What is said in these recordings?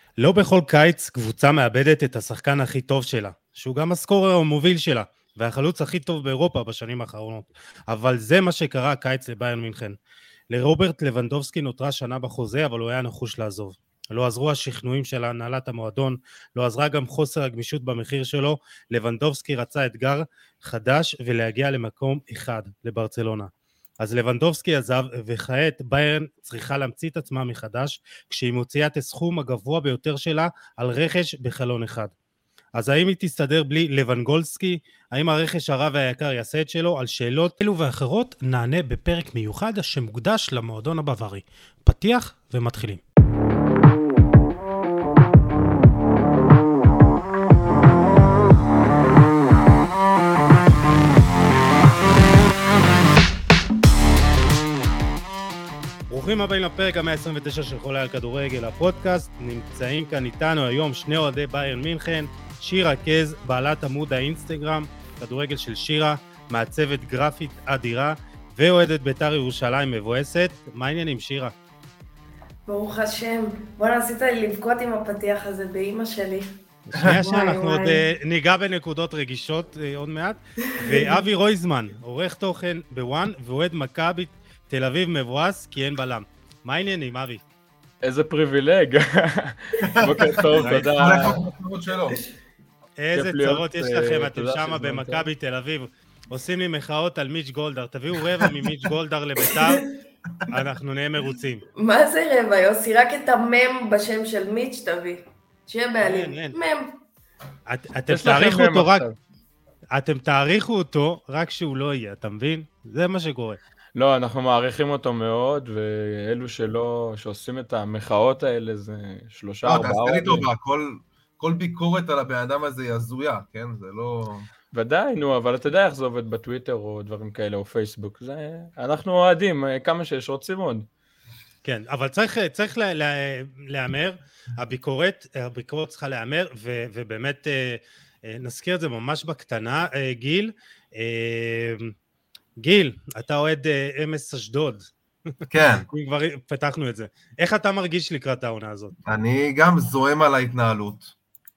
לא בכל קיץ קבוצה מאבדת את השחקן הכי טוב שלה, שהוא גם הסקורר המוביל שלה, והחלוץ הכי טוב באירופה בשנים האחרונות. אבל זה מה שקרה הקיץ לביירן מינכן. לרוברט לבנדובסקי נותרה שנה בחוזה, אבל הוא היה נחוש לעזוב. לא עזרו השכנועים של הנהלת המועדון, לא עזרה גם חוסר הגמישות במחיר שלו. לבנדובסקי רצה אתגר חדש ולהגיע למקום אחד, לברצלונה. אז לבנדובסקי עזב, וכעת ביירן צריכה להמציא את עצמה מחדש, כשהיא מוציאה את הסכום הגבוה ביותר שלה על רכש בחלון אחד. אז האם היא תסתדר בלי לבנגולסקי? האם הרכש הרע והיקר יעשה את שלו? על שאלות אלו ואחרות נענה בפרק מיוחד שמוקדש למועדון הבווארי. פתיח ומתחילים. ברוכים הבאים לפרק ה-129 של חולה על כדורגל, הפודקאסט. נמצאים כאן איתנו היום שני אוהדי ביירן מינכן, שירה קז, בעלת עמוד האינסטגרם, כדורגל של שירה, מעצבת גרפית אדירה, ואוהדת בית"ר ירושלים מבואסת. מה העניינים, שירה? ברוך השם. בוא נעשית לי לבכות עם הפתיח הזה באמא שלי. שנייה שאנחנו עוד ניגע בנקודות רגישות עוד מעט. ואבי רויזמן, עורך תוכן בוואן, ואוהד מכבי תל אביב מבואס, כי אין בלם. מה העניינים, אבי? איזה פריבילג. בוקר טוב, תודה. איזה צרות יש לכם, אתם שמה במכבי תל אביב. עושים לי מחאות על מיץ' גולדהר. תביאו רבע ממיץ' גולדהר לבית"ר, אנחנו נהיה מרוצים. מה זה רבע, יוסי? רק את המם בשם של מיץ' תביא. שיהיה בעלים. מם. אתם תאריכו אותו רק שהוא לא יהיה, אתה מבין? זה מה שקורה. לא, אנחנו מעריכים אותו מאוד, ואלו שעושים את המחאות האלה זה 3-4 לא, תעשה לי טובה, כל ביקורת על הבן אדם הזה היא הזויה, כן? זה לא... ודאי, נו, אבל אתה יודע איך זה עובד בטוויטר או דברים כאלה, או פייסבוק, אנחנו אוהדים, כמה שיש, רוצים עוד. כן, אבל צריך להיאמר, הביקורת צריכה להיאמר, ובאמת נזכיר את זה ממש בקטנה, גיל, אתה אוהד אמס אשדוד. כן. כבר פתחנו את זה. איך אתה מרגיש לקראת העונה הזאת? אני גם זוהם על ההתנהלות.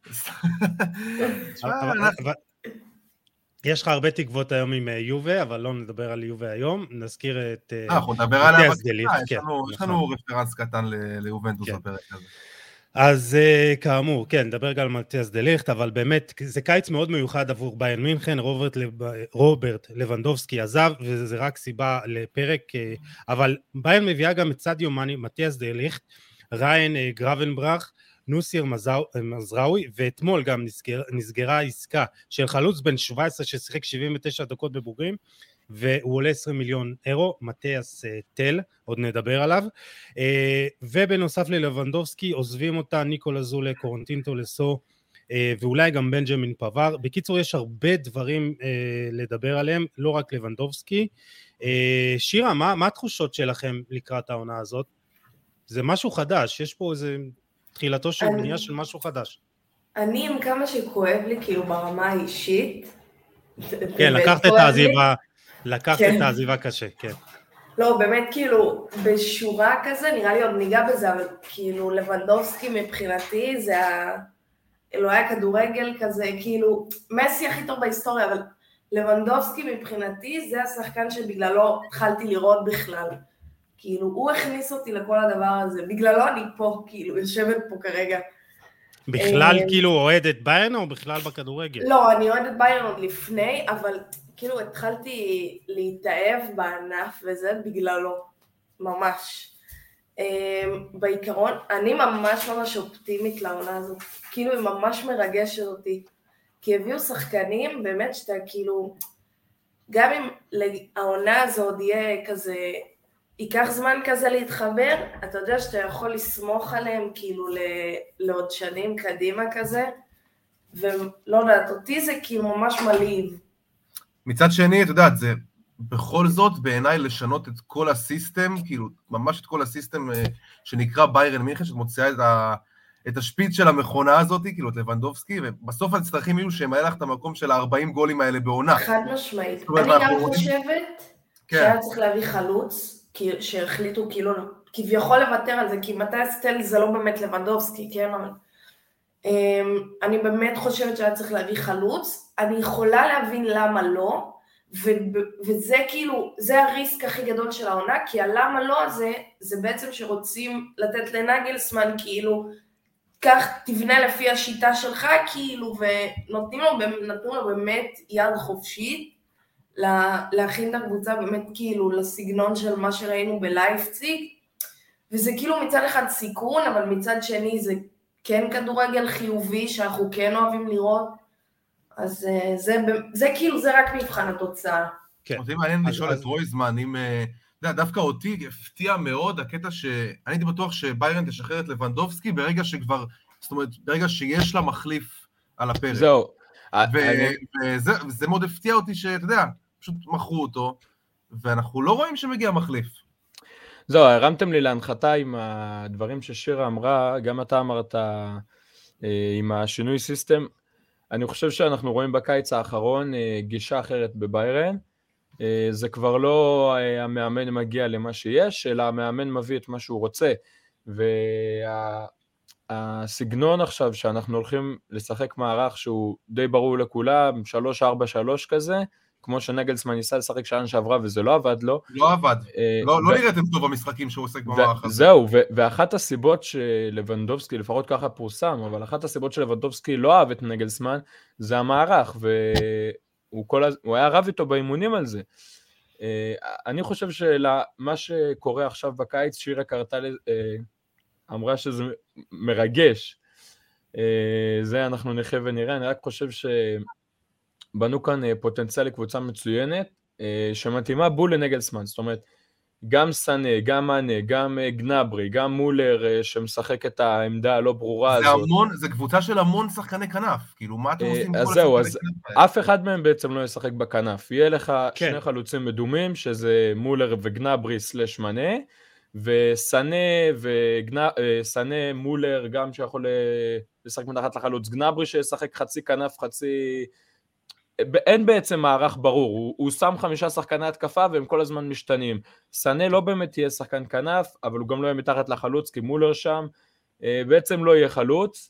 יש לך הרבה תקוות היום עם יובה, אבל לא נדבר על יובה היום. נזכיר את... אנחנו נדבר עליה בקטנה, יש לנו רפרנס קטן ליובנטוס בפרק הזה. אז כאמור, כן, נדבר גם על מתיאס דה ליכט, אבל באמת זה קיץ מאוד מיוחד עבור ביירן מינכן. רוברט לבנדובסקי עזב, וזה רק סיבה לפרק, אבל ביירן מביאה גם את סדיו מאני, מתיאס דה ליכט, ריין גרבנברך, נוסיר מזראוי, ואתמול גם נסגרה עסקה של חלוץ בן 17 ששיחק 79 דקות בבוגרים, והוא עולה 20 מיליון אירו, מתיאס טל, עוד נדבר עליו, ובנוסף ללבנדובסקי עוזבים אותה ניקולה זולה, קורנטין טולסו, ואולי גם בנג'מין פאבר. בקיצור, יש הרבה דברים לדבר עליהם, לא רק לבנדובסקי. שירה, מה התחושות שלכם לקראת העונה הזאת? זה משהו חדש, יש פה איזה תחילתו של בנייה של משהו חדש. אני עם כמה שכואב לי, כאילו ברמה האישית. כן, לקחת את העזיבה קשה, כן. לא, באמת כאילו, בשורה כזה, נראה לי עוד ניגע בזה, אבל כאילו לבנדובסקי מבחינתי, זה אלוהי הכדורגל כזה, כאילו, מסי הכי טוב בהיסטוריה, אבל לבנדובסקי מבחינתי, זה השחקן שבגללו התחלתי לראות בכלל. כאילו, הוא הכניס אותי לכל הדבר הזה, בגללו אני פה, כאילו, יושבת פה כרגע. בכלל כאילו אוהדת ביירן או בכלל בכדורגל? לא, אני אוהדת ביירן עוד לפני, אבל כאילו התחלתי להתאהב בענף וזה בגללו, ממש. בעיקרון, אני ממש אופטימית לעונה הזאת, כאילו היא ממש מרגשת אותי, כי הביאו שחקנים באמת שאתה כאילו, גם אם העונה הזאת יהיה כזה, ייקח זמן כזה להתחבר, אתה יודע שאתה יכול לסמוך עליהם כאילו לעוד שנים קדימה כזה, ולא יודעת, אותי זה כאילו ממש מלהיב. מצד שני, אתה יודעת, זה בכל זאת בעיניי לשנות את כל הסיסטם, כאילו ממש את כל הסיסטם שנקרא ביירן מינכן, שמוציאה את השפיץ של המכונה הזאת, כאילו את לבנדובסקי, ובסוף הצטרכים יהיו שהם היה לך את המקום של 40 גולים האלה בעונה. חד משמעית. אני גם חושבת שהיה צריך להביא חלוץ, שהחליטו כאילו כביכול לוותר על זה, כי מתיאס טל זה לא באמת לבנדובסקי, כן? אבל אני באמת חושבת שהיה צריך להביא חלוץ, אני יכולה להבין למה לא, וזה כאילו, זה הריסק הכי גדול של העונה, כי הלמה לא הזה, זה בעצם שרוצים לתת לנגלסמן כאילו, כך תבנה לפי השיטה שלך כאילו, ונתנו לו באמת יד חופשית, להכין את הקבוצה באמת כאילו לסגנון של מה שראינו בלייפציג, וזה כאילו מצד אחד סיכון, אבל מצד שני זה כן כדורגל חיובי שאנחנו כן אוהבים לראות, אז זה כאילו, זה רק מבחן התוצאה. כן. אותי מעניין לשאול את רויזמן, אם, דווקא אותי הפתיע מאוד הקטע שאני הייתי בטוח שביירן תשחרר את לבנדובסקי ברגע שכבר, זאת אומרת, ברגע שיש לה מחליף על הפרק. זהו. וזה מאוד הפתיע אותי שאתה יודע, פשוט מכרו אותו, ואנחנו לא רואים שמגיע מחליף. זהו, הרמתם לי להנחתה עם הדברים ששירה אמרה, גם אתה אמרת עם השינוי סיסטם, אני חושב שאנחנו רואים בקיץ האחרון גישה אחרת בביירן, זה כבר לא המאמן מגיע למה שיש, אלא המאמן מביא את מה שהוא רוצה, והסגנון עכשיו שאנחנו הולכים לשחק מערך שהוא די ברור לכולם, 3-4-3 כזה, כמו שנגלסמן ניסה לשחק שנה שעברה וזה לא עבד לו. לא עבד, לא נראיתם טוב במשחקים שהוא עוסק במערך הזה. זהו, ואחת הסיבות שלבנדובסקי, לפחות ככה פורסם, אבל אחת הסיבות שלבנדובסקי לא אהב את נגלסמן, זה המערך, והוא היה רב איתו באימונים על זה. אני חושב שמה שקורה עכשיו בקיץ, שירה קרתה, אמרה שזה מרגש, זה אנחנו נחיה ונראה, אני רק חושב בנו כאן פוטנציאל לקבוצה מצוינת, שמתאימה בול לנגלסמן, זאת אומרת, גם סנה, גם מנה, גם גנברי, גם מולר, שמשחק את העמדה הלא ברורה הזאת. זה קבוצה של המון שחקני כנף, כאילו מה אתם עושים? אז זהו, אז אף אחד מהם בעצם לא ישחק בכנף, יהיה לך שני חלוצים מדומים, שזה מולר וגנברי סלש מנה, וסנה מולר גם שיכול לשחק מתחת לחלוץ, גנברי שישחק חצי כנף, חצי... אין בעצם מערך ברור, הוא שם 5 שחקני התקפה והם כל הזמן משתנים. סנה לא באמת יהיה שחקן כנף, אבל הוא גם לא יהיה מתחת לחלוץ, כי מולר שם בעצם לא יהיה חלוץ.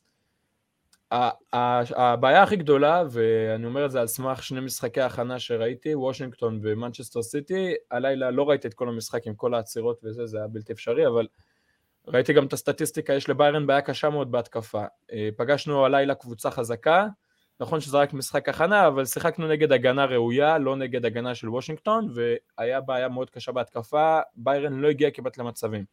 הבעיה הכי גדולה, ואני אומר את זה על סמך 2 משחקי ההכנה שראיתי, וושינגטון ומנצ'סטר סיטי, הלילה לא ראיתי את כל המשחק עם כל העצירות וזה, זה היה בלתי אפשרי, אבל ראיתי גם את הסטטיסטיקה, יש לביירן בעיה קשה מאוד בהתקפה. פגשנו הלילה קבוצה חזקה, נכון שזה רק משחק הכנה, אבל שיחקנו נגד הגנה ראויה, לא נגד הגנה של וושינגטון, והיה בעיה מאוד קשה בהתקפה, ביירן לא הגיע כמעט למצבים.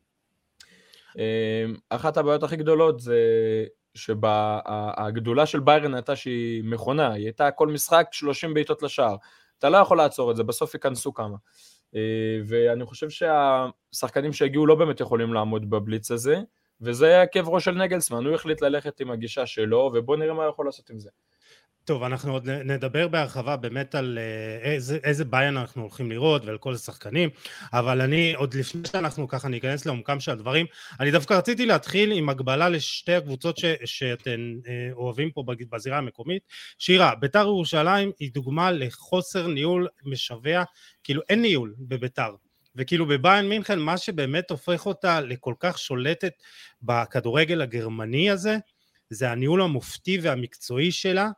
אחת הבעיות הכי גדולות זה שהגדולה של ביירן הייתה שהיא מכונה, היא הייתה כל משחק 30 בעיטות לשער, אתה לא יכול לעצור את זה, בסוף ייכנסו כמה. ואני חושב שהשחקנים שהגיעו לא באמת יכולים לעמוד בבליץ הזה, וזה היה כאב ראש של נגלסמן, הוא החליט ללכת עם הגישה שלו, ובוא נראה מה הוא יכול לעשות עם זה. טוב, אנחנו עוד נדבר בהרחבה באמת על איזה ביירן אנחנו הולכים לראות ועל כל השחקנים, אבל אני עוד לפני שאנחנו ככה ניכנס לעומקם של הדברים, אני דווקא רציתי להתחיל עם הגבלה לשתי הקבוצות שאתם אוהבים פה בזירה המקומית. שירה, בית"ר ירושלים היא דוגמה לחוסר ניהול משווע, כאילו אין ניהול בבית"ר, וכאילו בביירן מינכן מה שבאמת הופך אותה לכל כך שולטת בכדורגל הגרמני הזה, זה הניהול המופתי והמקצועי שלה,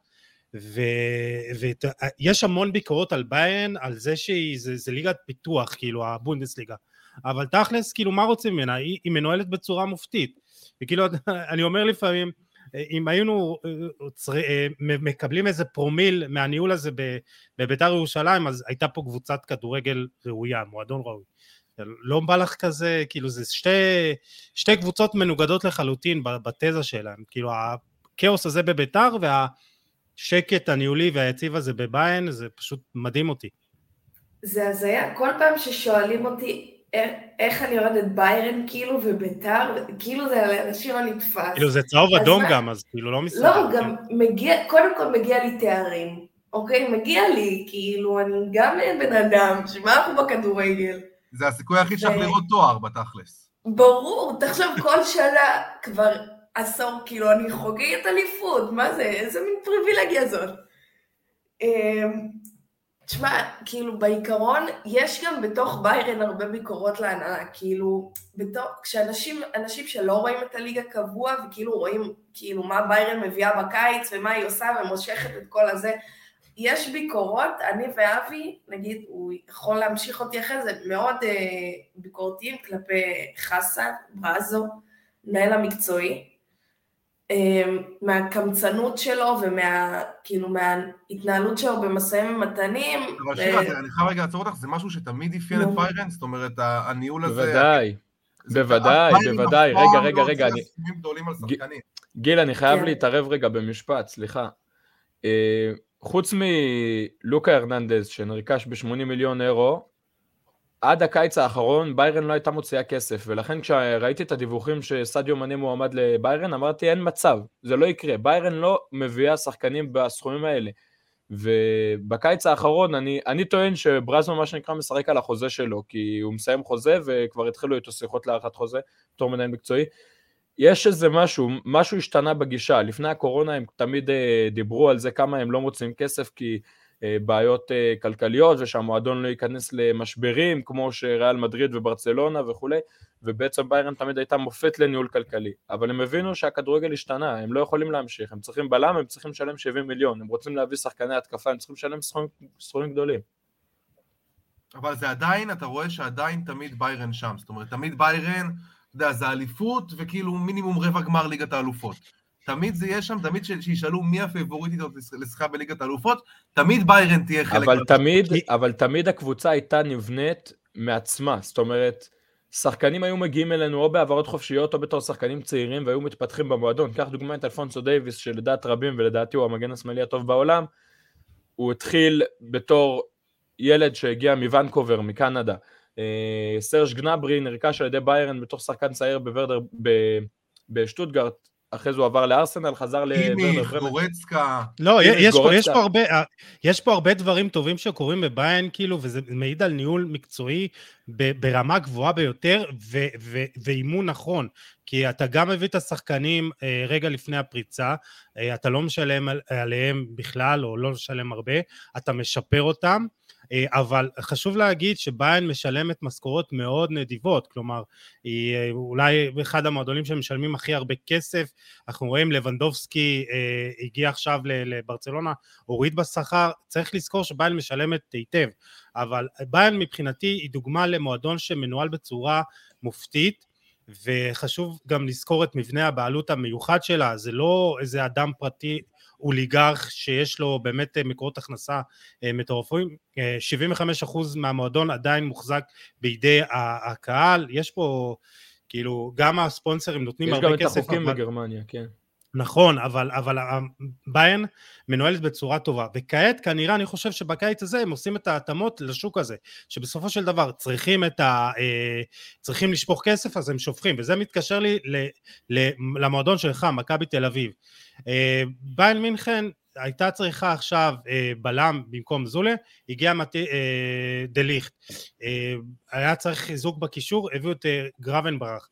ויש המון ביקורות על ביירן, על זה שזה ליגת פיתוח, כאילו הבונדסליגה, אבל תכלס, כאילו מה רוצים ממנה? היא מנוהלת בצורה מופתית, וכאילו אני אומר לפעמים, אם היינו מקבלים איזה פרומיל מהניהול הזה בבית"ר ירושלים, אז הייתה פה קבוצת כדורגל ראויה, מועדון ראוי. לא בא לך כזה, כאילו זה שתי קבוצות מנוגדות לחלוטין בתזה שלהם, כאילו הכאוס הזה בבית"ר והשקט הניהולי והיציב הזה בביירן, זה פשוט מדהים אותי. זה הזיה, כל פעם ששואלים אותי איך אני אוהדת ביירן כאילו ובית"ר, כאילו זה על אנשים הנתפס. כאילו זה צהוב אדום גם, אז כאילו לא מסתכל. לא, גם מגיע, קודם כל מגיע לי תארים, אוקיי? מגיע לי, כאילו אני גם בן אדם, שמה אנחנו בכדורגל? זה הסיכוי הכי שלך לראות תואר בתכלס. ברור, תחשוב כל שנה כבר עשור, כאילו אני חוגגת אליפות, מה זה? איזה מין פריבילגיה זאת. תשמע, כאילו בעיקרון, יש גם בתוך ביירן הרבה ביקורות להנהלה, כאילו, אנשים שלא רואים את הליגה קבוע, וכאילו רואים כאילו מה ביירן מביאה בקיץ, ומה היא עושה, ומושכת את כל הזה, יש ביקורות, אני ואבי, נגיד, הוא יכול להמשיך אותי אחרי זה, מאוד ביקורתיים כלפי חסן, ברזו, מנהל המקצועי, מהקמצנות שלו כאילו מההתנהלות שלו במסעים ומתנים. אבל שירה, אני חייב רגע לעצור אותך, זה משהו שתמיד אפיין את ביירן? זאת אומרת, הניהול הזה... בוודאי, רגע. גיל, אני חייב להתערב רגע במשפט, סליחה. חוץ מלוקה הרננדז, שנרכש ב-80 מיליון אירו, עד הקיץ האחרון ביירן לא הייתה מוציאה כסף, ולכן כשראיתי את הדיווחים שסדיו מנה מועמד לביירן, אמרתי אין מצב, זה לא יקרה, ביירן לא מביאה שחקנים בסכומים האלה, ובקיץ האחרון אני טוען שברזו מה שנקרא משחק על החוזה שלו, כי הוא מסיים חוזה וכבר התחילו איתו שיחות להארכת חוזה, בתור מנהל מקצועי, יש איזה משהו השתנה בגישה, לפני הקורונה הם תמיד דיברו על זה כמה הם לא מוצאים כסף, כי בעיות כלכליות, ושהמועדון לא ייכנס למשברים, כמו שריאל מדריד וברצלונה וכו', ובעצם ביירן תמיד הייתה מופת לניהול כלכלי, אבל הם הבינו שהכדורגל השתנה, הם לא יכולים להמשיך, הם צריכים בלם, הם צריכים לשלם 70 מיליון, הם רוצים להביא שחקני התקפה, הם צריכים לשלם סכומים גדולים. אבל זה עדיין, אתה רואה שעדיין תמיד ביירן שם, זאת אומרת, תמיד ביירן, אתה יודע, זה אליפות, וכאילו מינימום רבע גמר ליגת האלופות. תמיד זה יהיה שם, תמיד שישאלו מי הפייבוריטית לשחקה בליגת האלופות, תמיד ביירן תהיה חלק. אבל תמיד הקבוצה הייתה נבנית מעצמה, זאת אומרת, שחקנים היו מגיעים אלינו או בעברות חופשיות או בתור שחקנים צעירים והיו מתפתחים במועדון. קח דוגמא את אלפונסו דייביס שלדעת רבים ולדעתי הוא המגן השמאלי הטוב בעולם, הוא התחיל בתור ילד שהגיע מוונקובר, מקנדה, סרש גנברי נרכש על ידי ביירן בתור שחקן צעיר בוורדר בשטוטגרט, אחרי זה הוא עבר לארסנל, חזר קימיך, גורצקה. לא, יש פה הרבה דברים טובים שקורים בביירן, כאילו, וזה מעיד על ניהול מקצועי ברמה גבוהה ביותר, ואימון נכון, כי אתה גם מביא את השחקנים רגע לפני הפריצה, אתה לא משלם עליהם בכלל, או לא משלם הרבה, אתה משפר אותם, אבל חשוב להגיד שביירן משלמת משכורות מאוד נדיבות, כלומר, היא אולי אחד המועדונים שמשלמים הכי הרבה כסף, אנחנו רואים לבנדובסקי הגיע עכשיו לברצלונה, הוריד בשכר, צריך לזכור שביירן משלמת היטב, אבל ביירן מבחינתי היא דוגמה למועדון שמנוהל בצורה מופתית, וחשוב גם לזכור את מבנה הבעלות המיוחד שלה, זה לא איזה אדם פרטי, אוליגרך שיש לו באמת מקורות הכנסה מטורפים, 75% מהמועדון עדיין מוחזק בידי הקהל, יש פה כאילו גם הספונסרים נותנים הרבה כסף. יש גם את החוקים בגרמניה, כן. נכון, אבל ביירן מנוהלת בצורה טובה, וכעת כנראה אני חושב שבקיץ הזה הם עושים את ההתאמות לשוק הזה, שבסופו של דבר צריכים לשפוך כסף, אז הם שופכים, וזה מתקשר לי למועדון שלך, מכבי תל אביב. ביירן מינכן הייתה צריכה עכשיו בלם במקום זולה, הגיע דליכט, היה צריך חיזוק בקישור, הביאו את גרבנברח,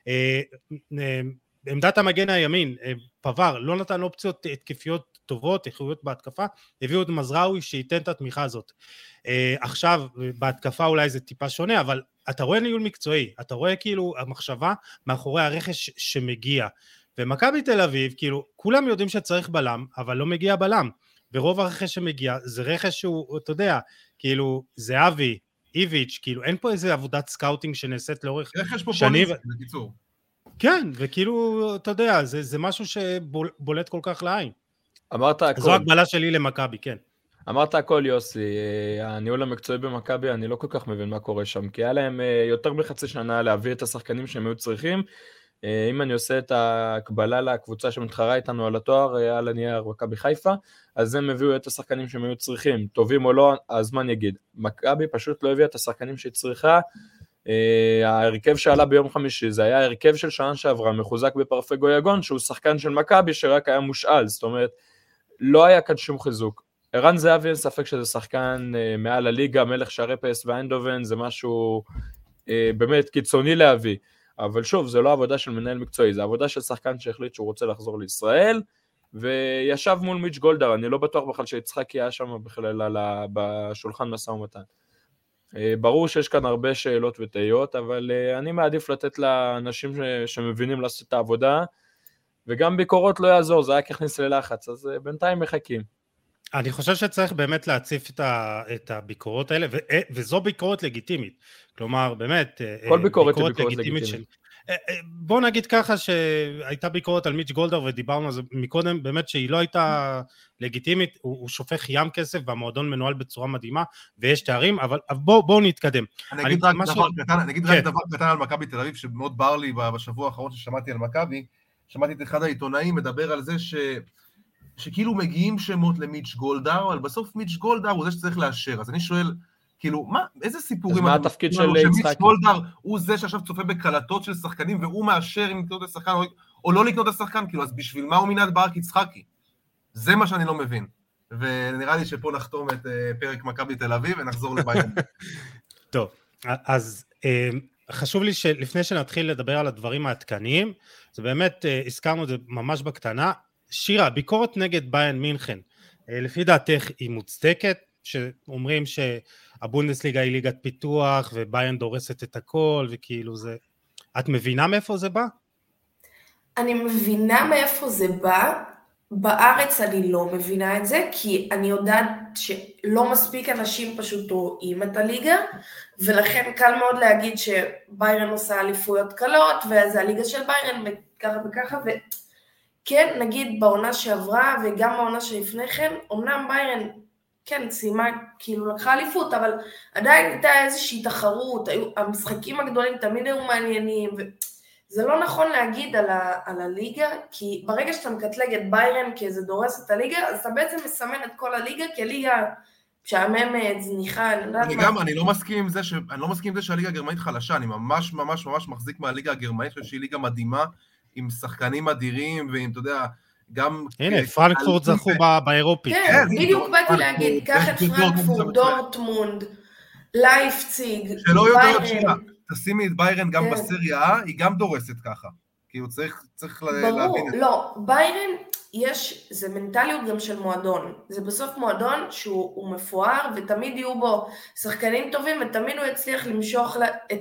עמדת המגן הימין, פבר, לא נתן אופציות התקפיות טובות, איכויות בהתקפה, הביאו את מזראוי שייתן את התמיכה הזאת. עכשיו, בהתקפה אולי זה טיפה שונה, אבל אתה רואה ניהול מקצועי, אתה רואה כאילו המחשבה מאחורי הרכש שמגיע, ומכבי תל אביב, כאילו, כולם יודעים שצריך בלם, אבל לא מגיע בלם, ורוב הרכש שמגיע, זה רכש שהוא, אתה יודע, כאילו, זה אבי, איביץ', כאילו, אין פה איזה עבודת סקאוטינג שנעשית לאורך שנים. רכש פופוליסטי, בקיצור. כן, וכאילו, אתה יודע, זה משהו שבולט כל כך לעין. אמרת הכל. זו הגבלה שלי למכבי, כן. אמרת הכל, יוסי, הניהול המקצועי במכבי, אני לא כל כך מבין מה קורה שם, כי היה להם יותר מחצי שנה להביא את השחקנים שהם היו צריכים, אם אני עושה את ההקבלה לקבוצה שמתחרה איתנו על התואר, על הנייר מכבי חיפה, אז הם הביאו את השחקנים שהם היו צריכים, טובים או לא, הזמן יגיד. מכבי פשוט לא הביאה את השחקנים שהיא צריכה, ההרכב שעלה ביום חמישי, זה היה הרכב של שנה שעברה, מחוזק בפרפי גויגון, שהוא שחקן של מכבי שרק היה מושאל, זאת אומרת, לא היה כאן שום חיזוק. ערן זהבי, אין ספק שזה שחקן מעל הליגה, מלך שערי פס ואיינדובן, זה משהו באמת קיצוני להביא, אבל שוב, זה לא עבודה של מנהל מקצועי, זה עבודה של שחקן שהחליט שהוא רוצה לחזור לישראל, וישב מול מיץ' גולדהר, אני לא בטוח בכלל שיצחקי היה שם בכלל בשולחן משא ומתן. ברור שיש כאן הרבה שאלות ותהיות, אבל אני מעדיף לתת לאנשים שמבינים לעשות את העבודה, וגם ביקורות לא יעזור, זה היה ככניס ללחץ, אז בינתיים מחכים. אני חושב שצריך באמת להציף את הביקורות האלה, וזו ביקורת לגיטימית, כלומר באמת, כל ביקורת היא ביקורת לגיטימית. בוא נגיד ככה שהייתה ביקורת על מיץ' גולדהר ודיברנו על זה מקודם, באמת שהיא לא הייתה לגיטימית, הוא שופך ים כסף והמועדון מנוהל בצורה מדהימה ויש תארים, אבל בואו נתקדם. אני אגיד רק דבר קטן על מכבי תל אביב שמאוד בר לי בשבוע האחרון ששמעתי על מכבי, שמעתי את אחד העיתונאים מדבר על זה שכאילו מגיעים שמות למיץ' גולדהר, אבל בסוף מיץ' גולדהר הוא זה שצריך לאשר, אז אני שואל, כאילו, איזה סיפורים... אז מה התפקיד של יצחקי? שמיץ' גולדהר הוא זה שעכשיו צופה בקלטות של שחקנים, והוא מאשר אם לקנות את השחקן או לא לקנות את השחקן, כאילו, אז בשביל מה הוא מינה את ברק יצחקי? זה מה שאני לא מבין. ונראה לי שפה נחתום את פרק מכבי תל אביב, ונחזור לביירן. טוב, אז חשוב לי שלפני שנתחיל לדבר על הדברים העדכניים, זה באמת, הזכרנו את זה ממש בקטנה, שירה, ביקורת נגד ביירן מינכן, לפי דעתך היא מוצדקת, שאומרים שהבונדסליגה היא ליגת פיתוח, וביירן דורסת את הכל, וכאילו זה... את מבינה מאיפה זה בא? אני מבינה מאיפה זה בא, בארץ אני לא מבינה את זה, כי אני יודעת שלא מספיק אנשים פשוט רואים את הליגה, ולכן קל מאוד להגיד שביירן עושה אליפויות קלות, וזה הליגה של ביירן, וככה וככה, וכן, נגיד בעונה שעברה, וגם בעונה שלפני כן, אמנם ביירן, כן, סיימה, כאילו לקחה אליפות, אבל עדיין הייתה איזושהי תחרות, המשחקים הגדולים תמיד היו מעניינים, זה לא נכון להגיד על הליגה, כי ברגע שאתה מקטלג את ביירן כאיזה דורס את הליגה, אז אתה בעצם מסמן את כל הליגה, כי הליגה משעממת, זניחה, אני לא מסכים עם זה שהליגה הגרמנית חלשה, אני ממש ממש ממש מחזיק מהליגה הגרמנית, שהיא ליגה מדהימה, עם שחקנים אדירים, ועם, אתה יודע, גם... הנה, פרנקפורט זכו באירופית. כן, בדיוק באתי להגיד, קח את פרנקפורט, דורטמונד, לייפציג, שלא יודעות שלה. תשימי את ביירן גם בסריה, היא גם דורסת ככה. כאילו צריך להבין את זה. לא, ביירן זה מנטליות גם של מועדון. זה בסוף מועדון שהוא מפואר, ותמיד יהיו בו שחקנים טובים, ותמיד הוא יצליח למשוך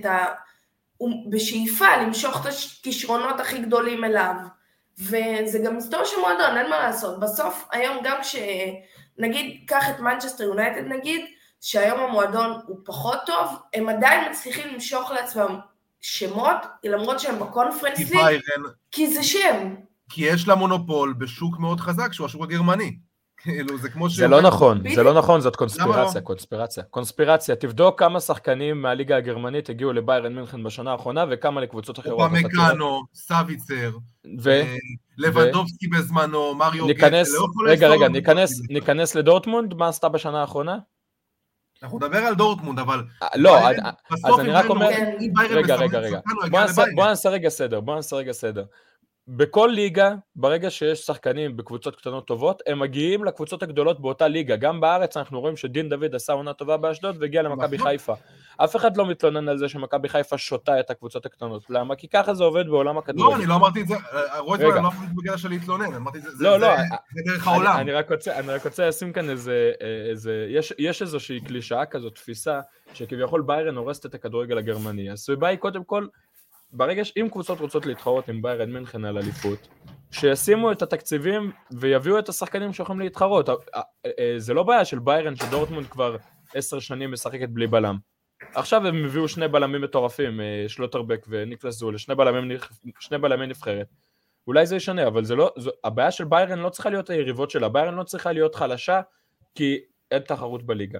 בשאיפה, למשוך את הכישרונות הכי גדולים אליו. וזה גם היסטוריה של מועדון, אין מה לעשות. בסוף, היום גם נגיד, קח את מנצ'סטר יונייטד נגיד, שהיום המועדון הוא פחות טוב, הם עדיין מצליחים למשוך לעצמם שמות, למרות שהם בקונפרנס ליג, כי זה שם. כי יש לה מונופול בשוק מאוד חזק, שהוא השוק הגרמני. זה לא נכון, זה לא נכון, זאת קונספירציה. תבדוק כמה שחקנים מהליגה הגרמנית הגיעו לביירן מינכן בשנה האחרונה, וכמה לקבוצות אחרות. אופמקאנו, סאביצר, לבנדובסקי בזמנו, מריו גטס. רגע, ניכנס לדורטמונד, מה עשתה בשנה האחרונה? אנחנו נדבר על דורטמונד, אבל... לא, אז אני רק אומר... רגע. בוא נעשה רגע סדר. בכל ליגה, ברגע שיש שחקנים בקבוצות קטנות טובות, הם מגיעים לקבוצות הגדולות באותה ליגה. גם בארץ אנחנו רואים שדין דוד עשה עונה טובה באשדוד והגיע למכבי חיפה. אף אחד לא מתלונן על זה שמכבי חיפה שותה את הקבוצות הקטנות. למה? כי ככה זה עובד בעולם הכדורגל. לא, אני לא אמרתי את זה. רויטמן, אני לא אמרתי בגלל שלי להתלונן. אמרתי את זה, זה דרך העולם. אני רק רוצה לשים כאן יש איזושהי קלישאה כזאת, תפיסה, שכביכול ביירן הורסת את הכדורגל הגרמני. אז הסיבה היא קודם כל, ברגע שאם קבוצות רוצות להתחרות עם ביירן מינכן על אליפות, שישימו את התקציבים ויביאו את השחקנים שיכולים להתחרות. זה לא בעיה של ביירן שדורטמונד כבר 10 שנים משחקת בלי בלם. עכשיו הם הביאו 2 בלמים מטורפים, שלוטרבק וניקלס זול, 2 בלמי נבחרת. אולי זה ישנה, אבל הבעיה של ביירן לא צריכה להיות היריבות שלה, ביירן לא צריכה להיות חלשה, כי אין תחרות בליגה.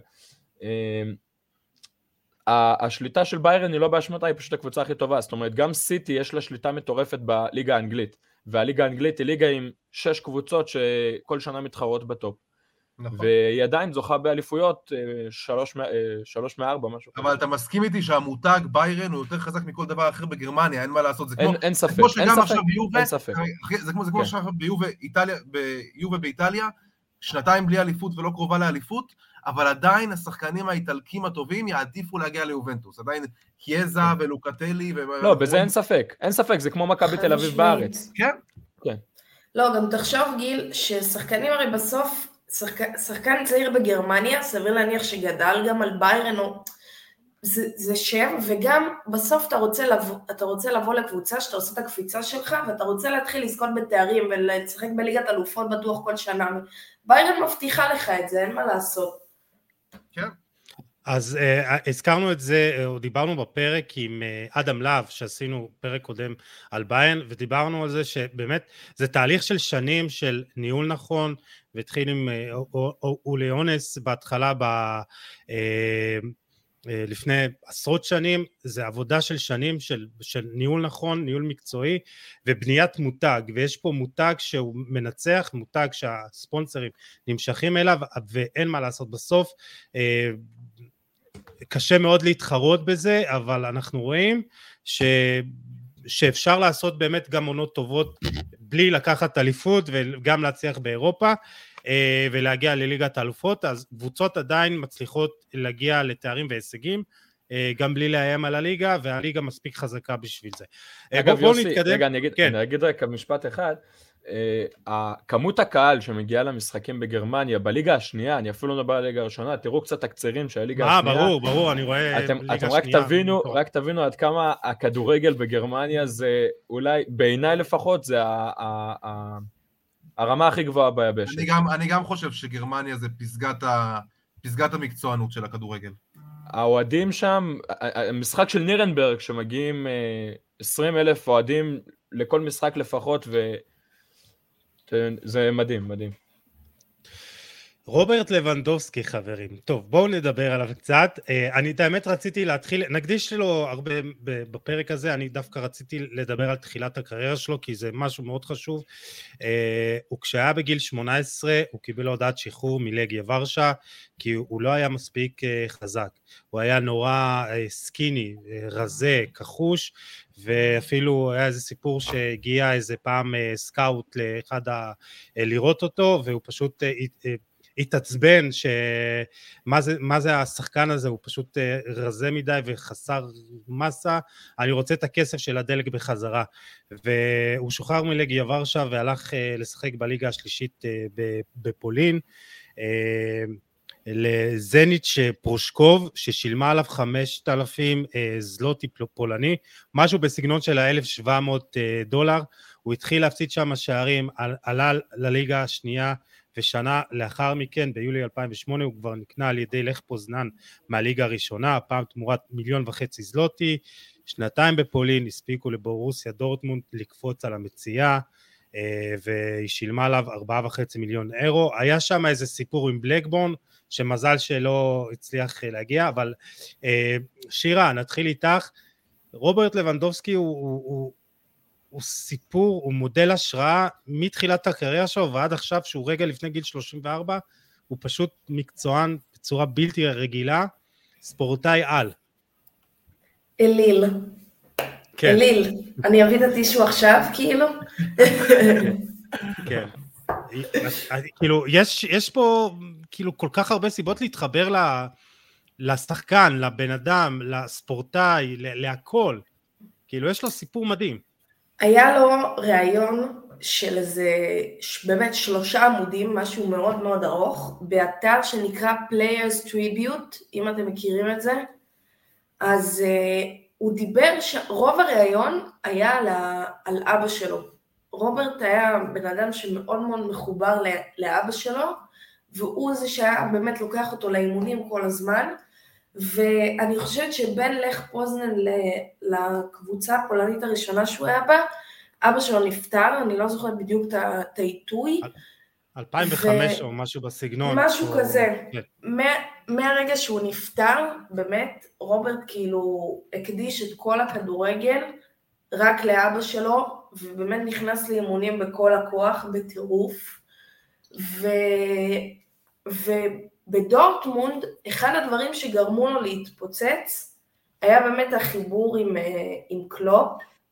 השליטה של ביירן היא לא באשמתה, היא פשוט הקבוצה הכי טובה, זאת אומרת, גם סיטי יש לה שליטה מטורפת בליגה האנגלית, והליגה האנגלית היא ליגה עם 6 קבוצות שכל שנה מתחרות בטופ. נכון. והיא עדיין זוכה באליפויות 3 מ-4, משהו. אבל אתה מסכים איתי שהמותג ביירן הוא יותר חזק מכל דבר אחר בגרמניה, אין מה לעשות, זה כמו... אין ספק, זה כמו עכשיו ביובה באיטליה, 2 בלי אליפות ולא קרובה לאליפות, אבל עדיין השחקנים האיטלקים הטובים יעדיפו להגיע ליובנטוס, עדיין קיאזה ולוקטלי לא, בזה אין ספק, זה כמו מכבי תל אביב בארץ. כן? כן. לא, גם תחשוב גיל, ששחקנים הרי בסוף, שחקן צעיר בגרמניה, סביר להניח שגדל גם על ביירן, זה שם, וגם בסוף אתה רוצה לבוא לקבוצה שאתה עושה את הקפיצה שלך, ואתה רוצה להתחיל לזכות בתארים, ולשחק בליגת אלופות בטוח כל שנה. ביירן מבטיחה לך את זה, אין מה לעשות. כן. אז הזכרנו את זה, או דיברנו בפרק עם אדם להב, שעשינו פרק קודם על ביירן, ודיברנו על זה שבאמת זה תהליך של שנים של ניהול נכון, והתחיל עם אולי אונס בהתחלה לפני עשרות שנים, זה עבודה של שנים של ניהול נכון, ניהול מקצועי, ובניית מותג, ויש פה מותג שהוא מנצח, מותג שהספונסרים נמשכים אליו, ואין מה לעשות בסוף, קשה מאוד להתחרות בזה, אבל אנחנו רואים שאפשר לעשות באמת גם עונות טובות, בלי לקחת אליפות, וגם להצליח באירופה, ולהגיע לליגת האלופות, אז קבוצות עדיין מצליחות להגיע לתארים והישגים, גם בלי לאיים על הליגה, והליגה מספיק חזקה בשביל זה. אגב יוסי, רגע, אני אגיד רק משפט אחד, כמות הקהל שמגיעה למשחקים בגרמניה, בליגה השנייה, אני אפילו לא מדבר על הליגה הראשונה, תראו קצת הקצרים של הליגה השנייה. ברור, אני רואה ליגה השנייה. רק תבינו עד כמה הכדורגל בגרמניה זה אולי, בעיניי לפחות, זה הרמה הכי גבוהה ביבשת. אני גם חושב שגרמניה זה פסגת המקצוענות של הכדורגל. האוהדים שם, המשחק של נירנברג שמגיעים 20,000 אוהדים לכל משחק לפחות, וזה מדהים, מדהים. רוברט לבנדובסקי חברים, טוב בואו נדבר עליו קצת, אני באמת רציתי להתחיל, נקדיש לו הרבה בפרק הזה, אני דווקא רציתי לדבר על תחילת הקריירה שלו, כי זה משהו מאוד חשוב, וכשהיה בגיל 18 הוא קיבל הודעת שחרור מלגיה ורשה, כי הוא לא היה מספיק חזק, הוא היה נורא סקיני, רזה, כחוש, ואפילו היה איזה סיפור שהגיע איזה פעם סקאוט לאחד לראות אותו, והוא פשוט התעצבן שמה זה השחקן הזה, הוא פשוט רזה מדי וחסר מסה, אני רוצה את הכסף של הדלק בחזרה, והוא שוחרר מלגיה ורשה והלך לשחק בליגה השלישית בפולין, לזניץ' פרושקוב, ששילמה עליו 5,000 זלוטי פולני, משהו בסגנון של $1,700, הוא התחיל להפסיד שם שערים, עלה לליגה השנייה, ושנה לאחר מכן, ביולי 2008, הוא כבר נקנה על ידי לך פוזנן מהליגה הראשונה, הפעם תמורת 1.5 מיליון זלוטי, שנתיים בפולין, הספיקו לבורוסיה דורטמונד לקפוץ על המציאה, והיא שילמה עליו 4.5 מיליון אירו, היה שם איזה סיפור עם בלקבורן, שמזל שלא הצליח להגיע, אבל שירה, נתחיל איתך, רוברט לבנדובסקי הוא סיפור, הוא מודל השראה מתחילת הקריירה שלו ועד עכשיו שהוא רגע לפני גיל 34, הוא פשוט מקצוען בצורה בלתי רגילה, ספורטאי על. אליל. כן. אליל. אני אביא את הטישו עכשיו כאילו? כן. כאילו יש פה כאילו כל כך הרבה סיבות להתחבר לשחקן, לבן אדם, לספורטאי, להכל. כאילו יש לו סיפור מדהים. היה לו ראיון של איזה באמת 3 עמודים, משהו מאוד מאוד ארוך, באתר שנקרא Players Tribute, אם אתם מכירים את זה, אז הוא דיבר, רוב הראיון היה על אבא שלו. רוברט היה בן אדם שמאוד מאוד מחובר לאבא שלו, והוא זה שהיה באמת לוקח אותו לאימונים כל הזמן, ואני חושבת שבין לך פוזנן לקבוצה הפולנית הראשונה שהוא היה בה, אבא שלו נפטר, אני לא זוכרת בדיוק את העיתוי. 2005 או משהו בסגנון. משהו כזה. מהרגע שהוא נפטר, באמת, רוברט כאילו הקדיש את כל הכדורגל רק לאבא שלו, ובאמת נכנס לאימונים בכל הכוח, בטירוף, ובדורטמונד, אחד הדברים שגרמו לו להתפוצץ, היה באמת החיבור עם קלופ,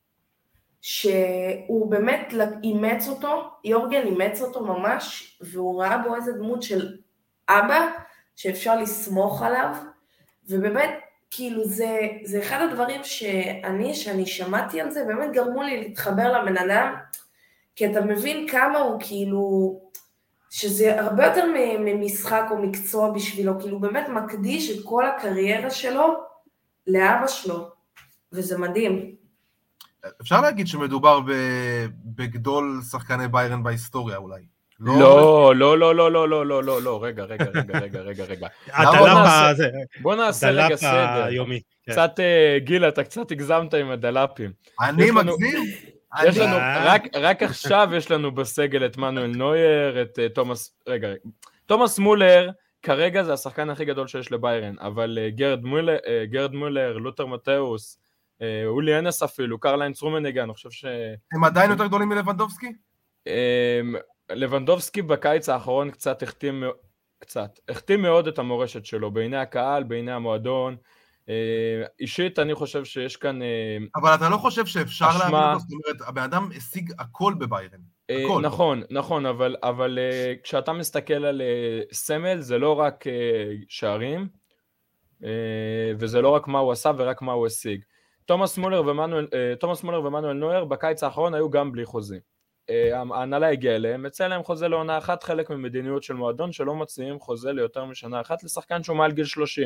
שהוא באמת אימץ אותו, יורגן אימץ אותו ממש, והוא ראה בו איזה דמות של אבא, שאפשר לסמוך עליו, ובאמת, כאילו זה אחד הדברים שאני שמעתי על זה, באמת גרמו לי להתחבר לבן אדם, כי אתה מבין כמה הוא כאילו, שזה הרבה יותר ממשחק או מקצוע בשבילו, כאילו באמת מקדיש את כל הקריירה שלו לאבא שלו, וזה מדהים. אפשר להגיד שמדובר בגדול שחקני ביירן בהיסטוריה אולי. לא, רגע. בוא נעשה רגע סדר. קצת גיל, אתה קצת הגזמת עם הדלפים. אני מגזים? יש לנו, רק עכשיו יש לנו בסגל את מנואל נויר, את תומאס מולר, כרגע זה השחקן הכי גדול שיש לביירן, אבל גרד מולר, לותר מתאוס, אולי אנס אפילו, קרליינס רומניגה, אני חושב ש... הם עדיין יותר גדולים מלבנדובסקי? לבנדובסקי בקיץ האחרון קצת החתים מאוד את המורשת שלו, בעיני הקהל, בעיני המועדון, אישית אני חושב שיש כאן... אבל אתה לא חושב שאפשר להבין אותו? זאת אומרת, הבן אדם השיג הכל בביירן. נכון, אבל כשאתה מסתכל על סמל, זה לא רק שערים, וזה לא רק מה הוא עשה ורק מה הוא השיג. תומאס מולר ומנואל נויר בקיץ האחרון היו גם בלי חוזים. ההנהלה הגיעה אליהם, יצא להם חוזה לעונה אחת, חלק ממדיניות של מועדון שלא מציעים חוזה ליותר משנה אחת לשחקן שהוא מעל גיל 30.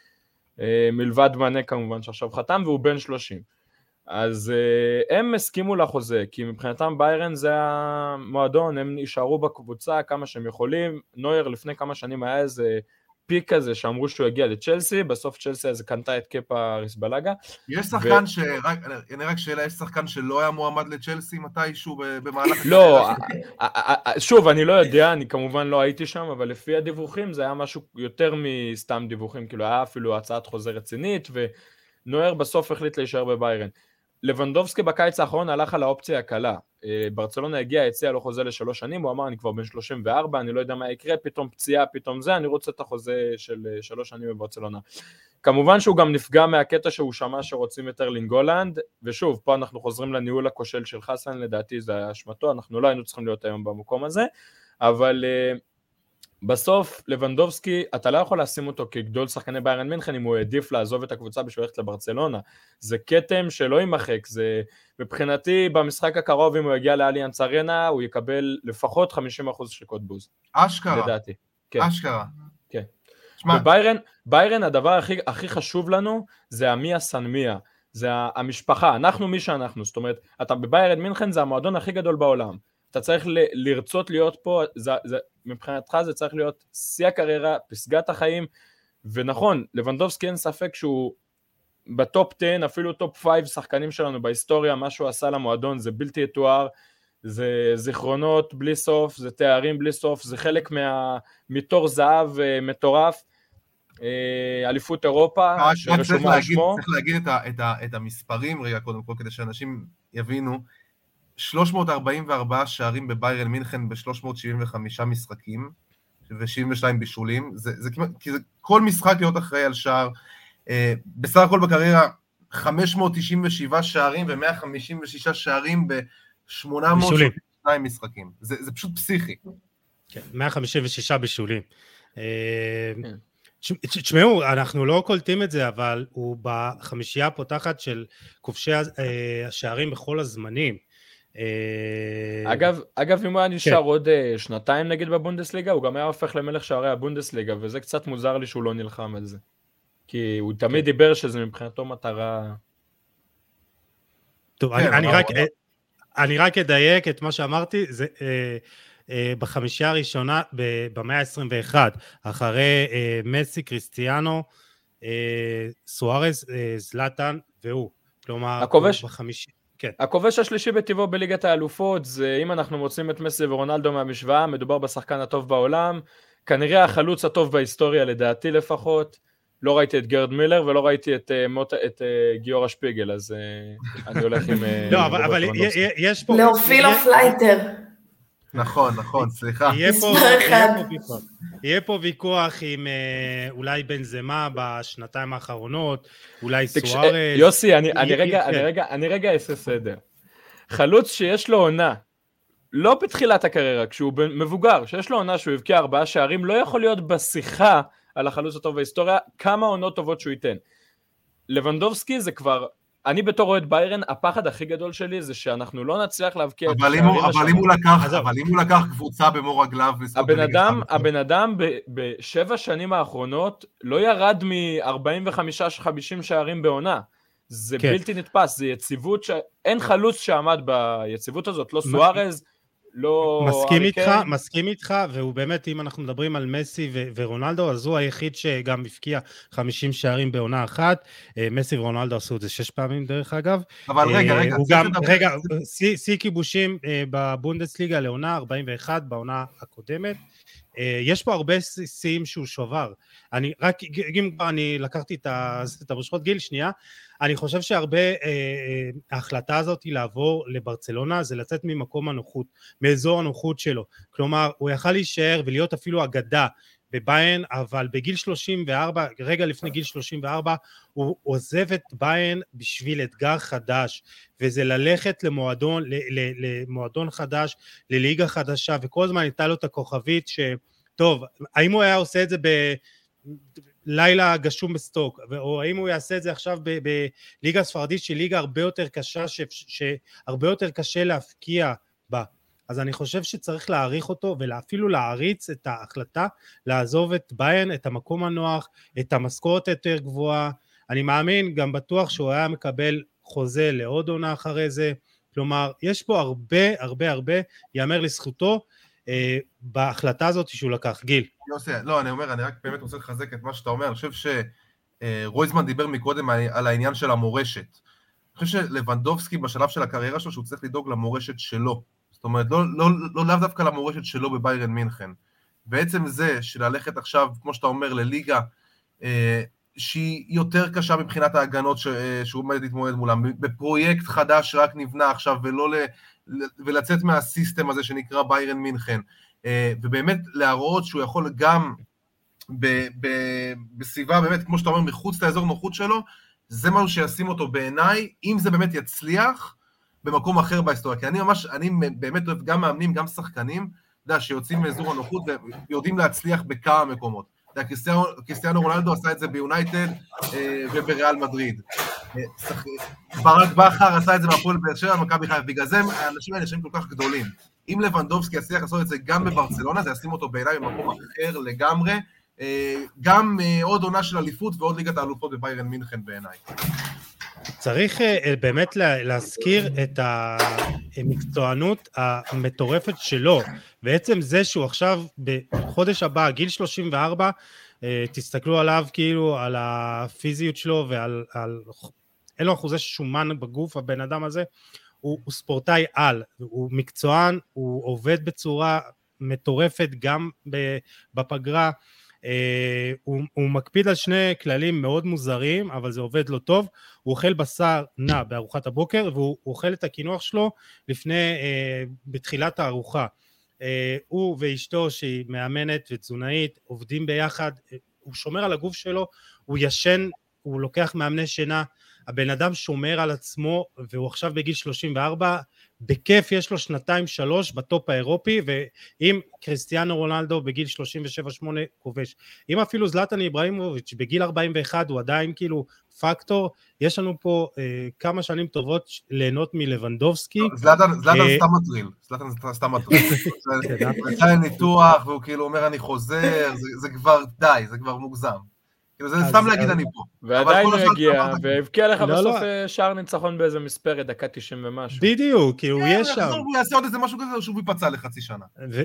מלבד מנה כמובן שעכשיו חתם והוא בן 30. אז הם הסכימו לחוזה, כי מבחינתם ביירן זה המועדון, הם נשארו בקבוצה כמה שהם יכולים. נויר לפני כמה שנים היה איזה פיק כזה שאמרו שהוא הגיע לצ'לסי, בסוף צ'לסי אז קנתה את קפה ריסבלגה. יש שחקן רק שאלה, יש שחקן שלא היה מועמד לצ'לסי מתישהו במהלך... לא, שוב, אני לא יודע, אני כמובן לא הייתי שם, אבל לפי הדיווחים זה היה משהו יותר מסתם דיווחים, כאילו היה אפילו הצעת חוזה רצינית, ונויר בסוף החליט להישאר בביירן. לבנדובסקי בקיץ האחרון הלך על האופציה הקלה, ברצלונה הגיע, הציע לו חוזה ל3 שנים, הוא אמר אני כבר בן 34, אני לא יודע מה יקרה, פתאום פציעה, פתאום זה, אני רוצה את החוזה של 3 שנים בברצלונה. כמובן שהוא גם נפגע מהקטע שהוא שמע שרוצים את ארלינג הולנד, ושוב, פה אנחנו חוזרים לניהול הכושל של חסן, לדעתי זה היה אשמתו, אנחנו לא היינו צריכים להיות היום במקום הזה, אבל בסוף לבנדובסקי, אתה לא יכול לשים אותו כגדול שחקני ביירן מינכן, אם הוא העדיף לעזוב את הקבוצה בשביל ללכת לברצלונה, זה קטם שלא יימחק, זה מבחינתי במשחק הקרוב, אם הוא יגיע לאליאנס ארנה, הוא יקבל לפחות 50% שקות בוז. אשכרה. לדעתי. כן. אשכרה. כן. בביירן הדבר הכי חשוב לנו, זה המיה סן מיה, זה המשפחה, אנחנו מי שאנחנו, זאת אומרת, אתה בביירן מינכן זה המועדון הכי גדול בעולם, אתה צריך לרצות להיות פה, מבחינתך זה צריך להיות שיא הקריירה, פסגת החיים, ונכון, לבנדובסקי אין ספק שהוא בטופ 10, אפילו טופ 5 שחקנים שלנו בהיסטוריה, מה שהוא עשה למועדון זה בלתי יתואר, זה זיכרונות בלי סוף, זה תארים בלי סוף, זה חלק מתור זהב מטורף, אליפות אירופה, שרשומה על שמו. צריך להגיד את המספרים רגע קודם כל, כדי שאנשים יבינו, 344 שערים בביירן מינכן ב-375 משחקים, ו-72 בישולים, כי זה כל משחק להיות אחראי על שער, בסך הכל בקריירה 597 שערים ו-156 שערים ב-862 משחקים, זה פשוט פסיכי. כן, 156 בישולים. תשמעו, אנחנו לא קולטים את זה, אבל הוא בחמישייה הפותחת של כובשי השערים בכל הזמנים. אגב, אם הוא היה נשאר עוד שנתיים נגיד בבונדסליגה, הוא גם היה הופך למלך שערי הבונדסליגה, וזה קצת מוזר לי שהוא לא נלחם על זה. כי הוא תמיד דיבר שזה מבחינתו מטרה... טוב, אני רק אדייק את מה שאמרתי, זה בחמישייה הראשונה במאה ה-21, אחרי מסי, קריסטיאנו, סוארז, זלאטן והוא. כלומר, הכובש השלישי בטבעו בליגת האלופות, זה אם אנחנו מוצאים את מסי ורונלדו מהמשוואה, מדובר בשחקן הטוב בעולם, כנראה החלוץ הטוב בהיסטוריה לדעתי לפחות, לא ראיתי את גרד מילר ולא ראיתי את גיורא שפיגל, אז אני הולך עם... לא, אבל יש פה... לאופילו פלייטר. נכון, סליחה. יהיה פה ויכוח עם אולי בנזמה בשנתיים האחרונות, אולי סוארז. יוסי, אני רגע אעשה סדר. חלוץ שיש לו עונה, לא בתחילת הקריירה, כשהוא מבוגר, שיש לו עונה שהוא הבקיע 4 שערים, לא יכול להיות בשיחה על החלוץ הטוב בהיסטוריה, כמה עונות טובות שהוא ייתן. לבנדובסקי זה כבר אני בתור אוהד ביירן, הפחד הכי גדול שלי זה שאנחנו לא נצליח להבקיע את אבל אם הוא לקח קבוצה במור רגליו, הבן אדם ב7 שנים האחרונות לא ירד מ-45-50 שערים בעונה. זה בלתי נתפס, זה יציבות אין חלוץ שעמד ביציבות הזאת, לא סוארז, לא... מסכים איתך, והוא באמת, אם אנחנו מדברים על מסי ורונלדו, אז הוא היחיד שגם הפקיע 50 שערים בעונה אחת, מסי ורונלדו עשו את זה 6 פעמים דרך אגב. אבל רגע, שיא כיבושים בבונדסליגה לעונה 41 בעונה הקודמת, יש פה הרבה שיאים שהוא שובר. אני לקחתי את המושכות גיל שנייה, אני חושב שהרבה ההחלטה הזאת היא לעבור לברצלונה, זה לצאת ממקום הנוחות, מאזור הנוחות שלו. כלומר, הוא יכל להישאר ולהיות אפילו אגדה בביירן, אבל בגיל 34, רגע לפני גיל 34, הוא עוזב את ביירן בשביל אתגר חדש, וזה ללכת למועדון חדש, לליגה חדשה, וכל הזמן הייתה לו את הכוכבית טוב, האם הוא היה עושה את זה בלילה גשום בסטוק, או האם הוא יעשה את זה עכשיו בליגה הספרדית, שהיא ליגה הרבה יותר קשה, שהרבה יותר קשה להפקיע בה. אז אני חושב שצריך להעריך אותו, ואפילו להעריץ את ההחלטה, לעזוב את ביירן, את המקום הנוח, את המשכורת יותר גבוהה. אני מאמין, גם בטוח שהוא היה מקבל חוזה לעוד עונה אחרי זה. כלומר, יש פה הרבה, יאמר לזכותו, בהחלטה הזאת שהוא לקח. גיל. לא, אני רק באמת רוצה לחזק את מה שאתה אומר. אני חושב שרויזמן דיבר מקודם על העניין של המורשת. אני חושב שלוונדובסקי בשלב של הקריירה שלו, שהוא צריך לדאוג למורשת שלו. זאת אומרת, לא לאו דווקא למורשת שלו בביירן מינכן. בעצם זה שללכת עכשיו, כמו שאתה אומר, לליגה שהיא יותר קשה מבחינת ההגנות שהוא עומד להתמודד מולם, בפרויקט חדש שרק נבנה עכשיו, ולצאת מהסיסטם הזה שנקרא ביירן מינכן, ובאמת להראות שהוא יכול גם בסביבה, באמת, כמו שאתה אומר, מחוץ לאזור נוחות שלו, זה משהו שישים אותו בעיניי, אם זה באמת יצליח במקום אחר בהיסטוריה, כי אני באמת אוהב גם מאמנים, גם שחקנים, שיוצאים מאזור הנוחות ויודעים להצליח בכמה מקומות. קריסטיאנו רונלדו עשה את זה ביונייטד ובריאל מדריד. ברק בכר עשה את זה מהפועל באר שבע, מכבי חיפה. בגלל זה האנשים האלה שהם כל כך גדולים. אם לבנדובסקי יצליח לעשות את זה גם בברצלונה, זה ישים אותו בעיניי במקום אחר לגמרי, גם עוד עונה של אליפות ועוד ליגת האלופות בביירן מינכן בעיניי. צריך באמת להזכיר את המקצוענות המטורפת שלו, בעצם זה שהוא עכשיו בחודש הבא, גיל 34, תסתכלו עליו כאילו על הפיזיות שלו ועל אין לו אחוזי שומן בגוף, הבן אדם הזה, הוא ספורטאי על, הוא מקצוען, הוא עובד בצורה מטורפת גם בפגרה, הוא מקפיד על שני כללים מאוד מוזרים, אבל זה עובד לו טוב. הוא אוכל בשר נע בארוחת הבוקר, והוא אוכל את הקינוח שלו בתחילת הארוחה. הוא ואשתו שהיא מאמנת ותזונאית, עובדים ביחד, הוא שומר על הגוף שלו, הוא ישן, הוא לוקח מאמני שינה, הבן אדם שומר על עצמו, והוא עכשיו בגיל 34, בכיף יש לו 2-3 בטופ האירופי, ואם קריסטיאנו רונלדו בגיל 37-8 כובש, אם אפילו זלאטן איברהימוביץ' בגיל 41 הוא עדיין כאילו פקטור, יש לנו פה כמה שנים טובות ליהנות מלבנדובסקי. זלאטן סתם מטריל, הוא יצא לניתוח והוא כאילו אומר אני חוזר, זה כבר די, זה כבר מוגזם. כאילו זה סתם להגיד אני פה. ועדיין הוא הגיע, והבקיע לך בסוף שער ניצחון באיזה מספרת, דקה 90 ומשהו. בדיוק, כאילו הוא יהיה שם. הוא יעשה עוד איזה משהו כזה, הוא שוב ייפצע לחצי שנה.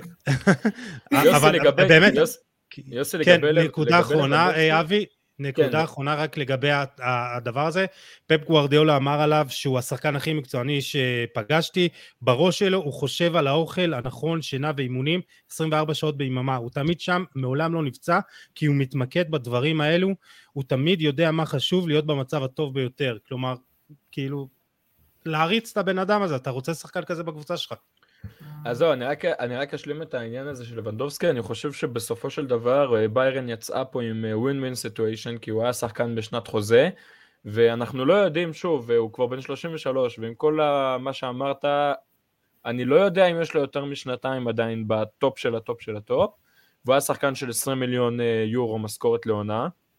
יוסי לגבי... כן, נקודה אחרונה, אבי, נקודה אחרונה רק לגבי הדבר הזה, פפ גוארדיולה אמר עליו שהוא השחקן הכי מקצועני שפגשתי, בראש שלו הוא חושב על האוכל הנכון, שינה ואימונים, 24 שעות ביממה, הוא תמיד שם, מעולם לא נפצע, כי הוא מתמקד בדברים האלו, הוא תמיד יודע מה חשוב להיות במצב הטוב ביותר, כלומר, כאילו, להריץ את הבן אדם הזה, אתה רוצה שחקן כזה בקבוצה שלך. אז זהו, אני רק אשלים את העניין הזה של לבנדובסקי, אני חושב שבסופו של דבר ביירן יצאה פה עם win-win situation, כי הוא היה שחקן בשנת חוזה, ואנחנו לא יודעים שוב, הוא כבר בן 33, ועם כל מה שאמרת, אני לא יודע אם יש לו יותר משנתיים עדיין בטופ של הטופ של הטופ, והוא היה שחקן של 20 מיליון יורו משכורת לעונה,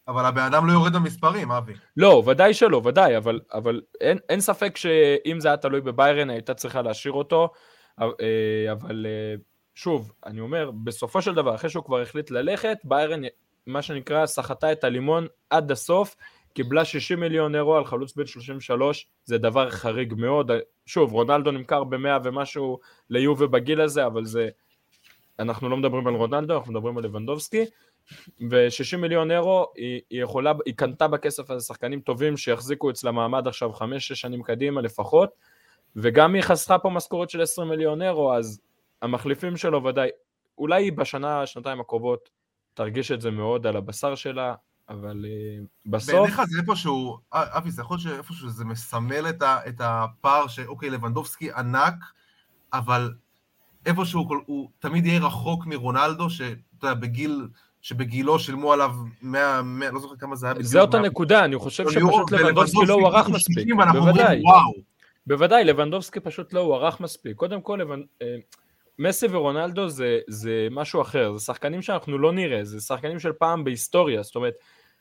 אבל הבן אדם לא יורד במספרים, אבי. לא, ודאי שלא, ודאי, אבל אין ספק שאם זה היה תלוי בביירן, הייתה צריכה להשאיר אותו, אבל שוב, אני אומר, בסופו של דבר, אחרי שהוא כבר החליט ללכת, ביירן, מה שנקרא, סחטה את הלימון עד הסוף, קיבלה 60 מיליון אירו על חלוץ בן 33, זה דבר חריג מאוד, שוב, רונלדו נמכר ב-100 ומשהו ליובה בגיל הזה, אבל זה, אנחנו לא מדברים על רונלדו, אנחנו מדברים על לבנדובסקי, ו-60 מיליון אירו, היא קנתה בכסף הזה שחקנים טובים, שיחזיקו אצלה מעמד עכשיו 5-6 שנים קדימה לפחות, וגם היא חסכה פה משכורת של 20 מיליון אירו, אז המחליפים שלו ודאי, אולי בשנה, שנתיים הקרובות, תרגיש את זה מאוד על הבשר שלה, אבל בסוף... בעיניך זה איפשהו, אבי, זה יכול להיות שאיפשהו זה מסמל את הפער שאוקיי, לבנדובסקי ענק, אבל איפשהו הוא תמיד יהיה רחוק מרונלדו, שאתה יודע, שבגילו שילמו עליו 100, לא זוכר כמה זה היה בדיוק. זה אותה נקודה, אני חושב שפשוט לבנדובסקי לא הוערך מספיק. בוודאי. בוודאי, לבנדובסקי פשוט לא הוערך מספיק. קודם כל, מסי ורונלדו זה משהו אחר, זה שחקנים שאנחנו לא נראה, זה שחקנים של פעם בהיסטוריה, זאת אומרת,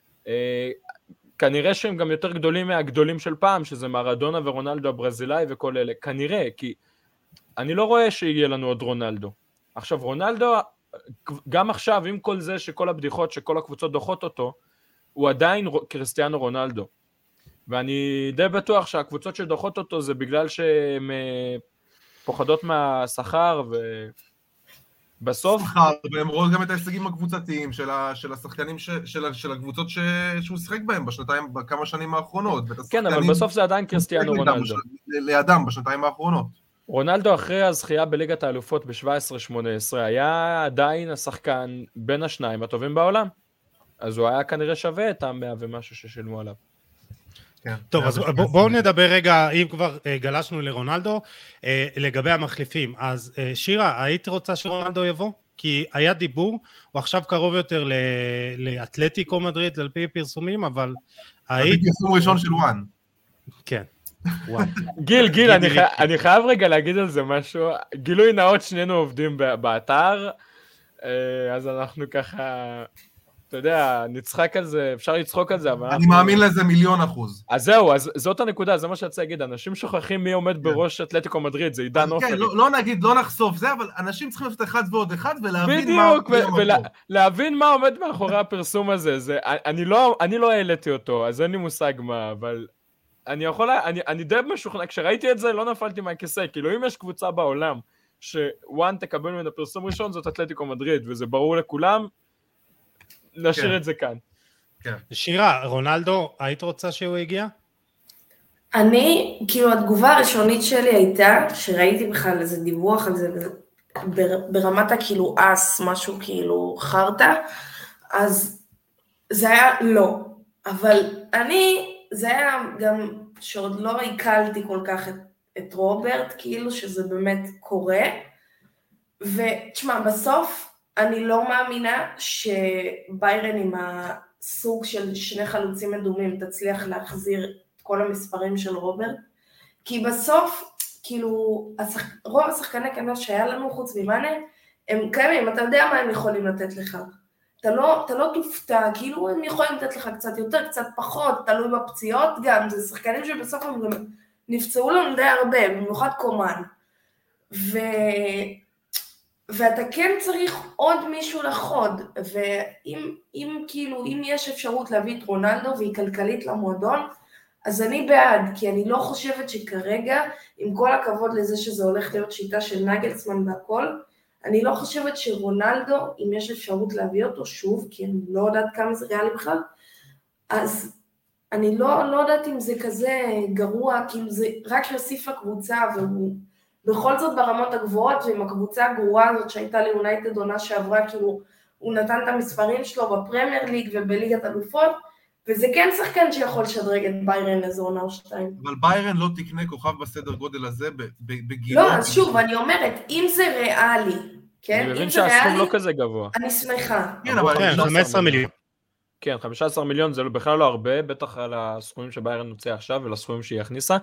כנראה שהם גם יותר גדולים מהגדולים של פעם, שזה מרדונה ורונלדו הברזילאי וכל אלה, כנראה, כי אני לא רואה שיהיה לנו עוד רונלדו. עכשיו, רונלדו, גם עכשיו, עם כל זה שכל הבדיחות, שכל הקבוצות דוחות אותו, הוא עדיין קריסטיאנו רונלדו. ואני די בטוח שהקבוצות שדוחות אותו זה בגלל שהן פוחדות מהשכר, ובסוף... שכר, והם רואים גם את ההישגים הקבוצתיים של השחקנים, של הקבוצות שהוא שחק בהם בכמה שנים האחרונות. כן, אבל בסוף זה עדיין קריסטיאנו רונלדו. לידם בשנתיים האחרונות. רונלדו אחרי הזכייה בליגת האלופות ב-17-18 היה עדיין השחקן בין השניים הטובים בעולם. אז הוא היה כנראה שווה את ה-100 ומשהו ששילמו עליו. טוב, אז בואו נדבר רגע, אם כבר גלשנו לרונלדו, לגבי המחליפים. אז שירה, היית רוצה שרונלדו יבוא? כי היה דיבור, הוא עכשיו קרוב יותר לאתלטיקו מדריד, על פי פרסומים, אבל... על פי פרסום ראשון של וואן. כן. גיל, אני חייב רגע להגיד על זה משהו, גילוי נאות, שנינו עובדים באתר, אז אנחנו ככה, אתה יודע, נצחק על זה, אפשר לצחוק על זה, אבל... אני מאמין לזה 1,000,000%. אז זהו, אז זאת הנקודה, זה מה שרציתי להגיד, אנשים שוכחים מי עומד בראש אתלטיקו מדריד, זה עידן אופרי. כן, לא נגיד, לא נחשוף זה, אבל אנשים צריכים לעשות אחד ועוד אחד, ולהבין מה... בדיוק, ולהבין מה עומד מאחורי הפרסום הזה, אני לא העליתי אותו, אז אין לי מושג מה, אבל... אני די משוכנע, כשראיתי את זה לא נפלתי מהכיסא, כאילו אם יש קבוצה בעולם שוואן תקבל מן הפרסום ראשון, זאת אתלטיקו מדריד, וזה ברור לכולם, נשאיר את זה כאן. שירה, רונלדו, היית רוצה שהוא הגיע? אני, כאילו התגובה הראשונית שלי הייתה, שראיתי בכלל איזה דיווח על זה, ברמת הכאילו אס, משהו כאילו חרטה, אז זה היה לא, אבל זה היה גם שעוד לא עיכלתי כל כך את רוברט, כאילו שזה באמת קורה, ותשמע, בסוף אני לא מאמינה שביירן עם הסוג של שני חלוצים מדומים תצליח להחזיר את כל המספרים של רוברט, כי בסוף, כאילו, רוב השחקני כנראה שהיה לנו חוץ ממאנה, הם קיימים, אתה יודע מה הם יכולים לתת לך. אתה לא תופתע, כאילו הם יכולים לתת לך קצת יותר, קצת פחות, תלוי בפציעות גם, זה שחקנים שבסוף הם גם נפצעו לנו די הרבה, במיוחד קומן. ואתה כן צריך עוד מישהו לחוד, ואם יש אפשרות להביא את רונלדו והיא כלכלית למועדון, אז אני בעד, כי אני לא חושבת שכרגע, עם כל הכבוד לזה שזה הולך להיות שיטה של נגלסמן והכל, אני לא חושבת שרונלדו, אם יש אפשרות להביא אותו שוב, כי אני לא יודעת כמה זה ריאלי בכלל, אז אני לא יודעת אם זה כזה גרוע, כאילו זה רק יוסיף לקבוצה, והוא בכל זאת ברמות הגבוהות, ועם הקבוצה הגרועה הזאת שהייתה ליונייטד עונה שעברה, כאילו הוא נתן את המספרים שלו בפרמייר ליג ובליגת אלופות, וזה כן שחקן שיכול לשדרג את ביירן איזו עונה או שתיים. אבל ביירן לא תקנה כוכב בסדר גודל הזה בגילו. לא, אז שוב, אני אומרת, אם זה ריאלי, כן? אני מבין שהסכום לא כזה גבוה. אני שמחה. כן, 15 מיליון. כן, 15 מיליון זה בכלל לא הרבה, בטח על הסכומים שביירן נוצא עכשיו ולסכומים שהיא הכניסה.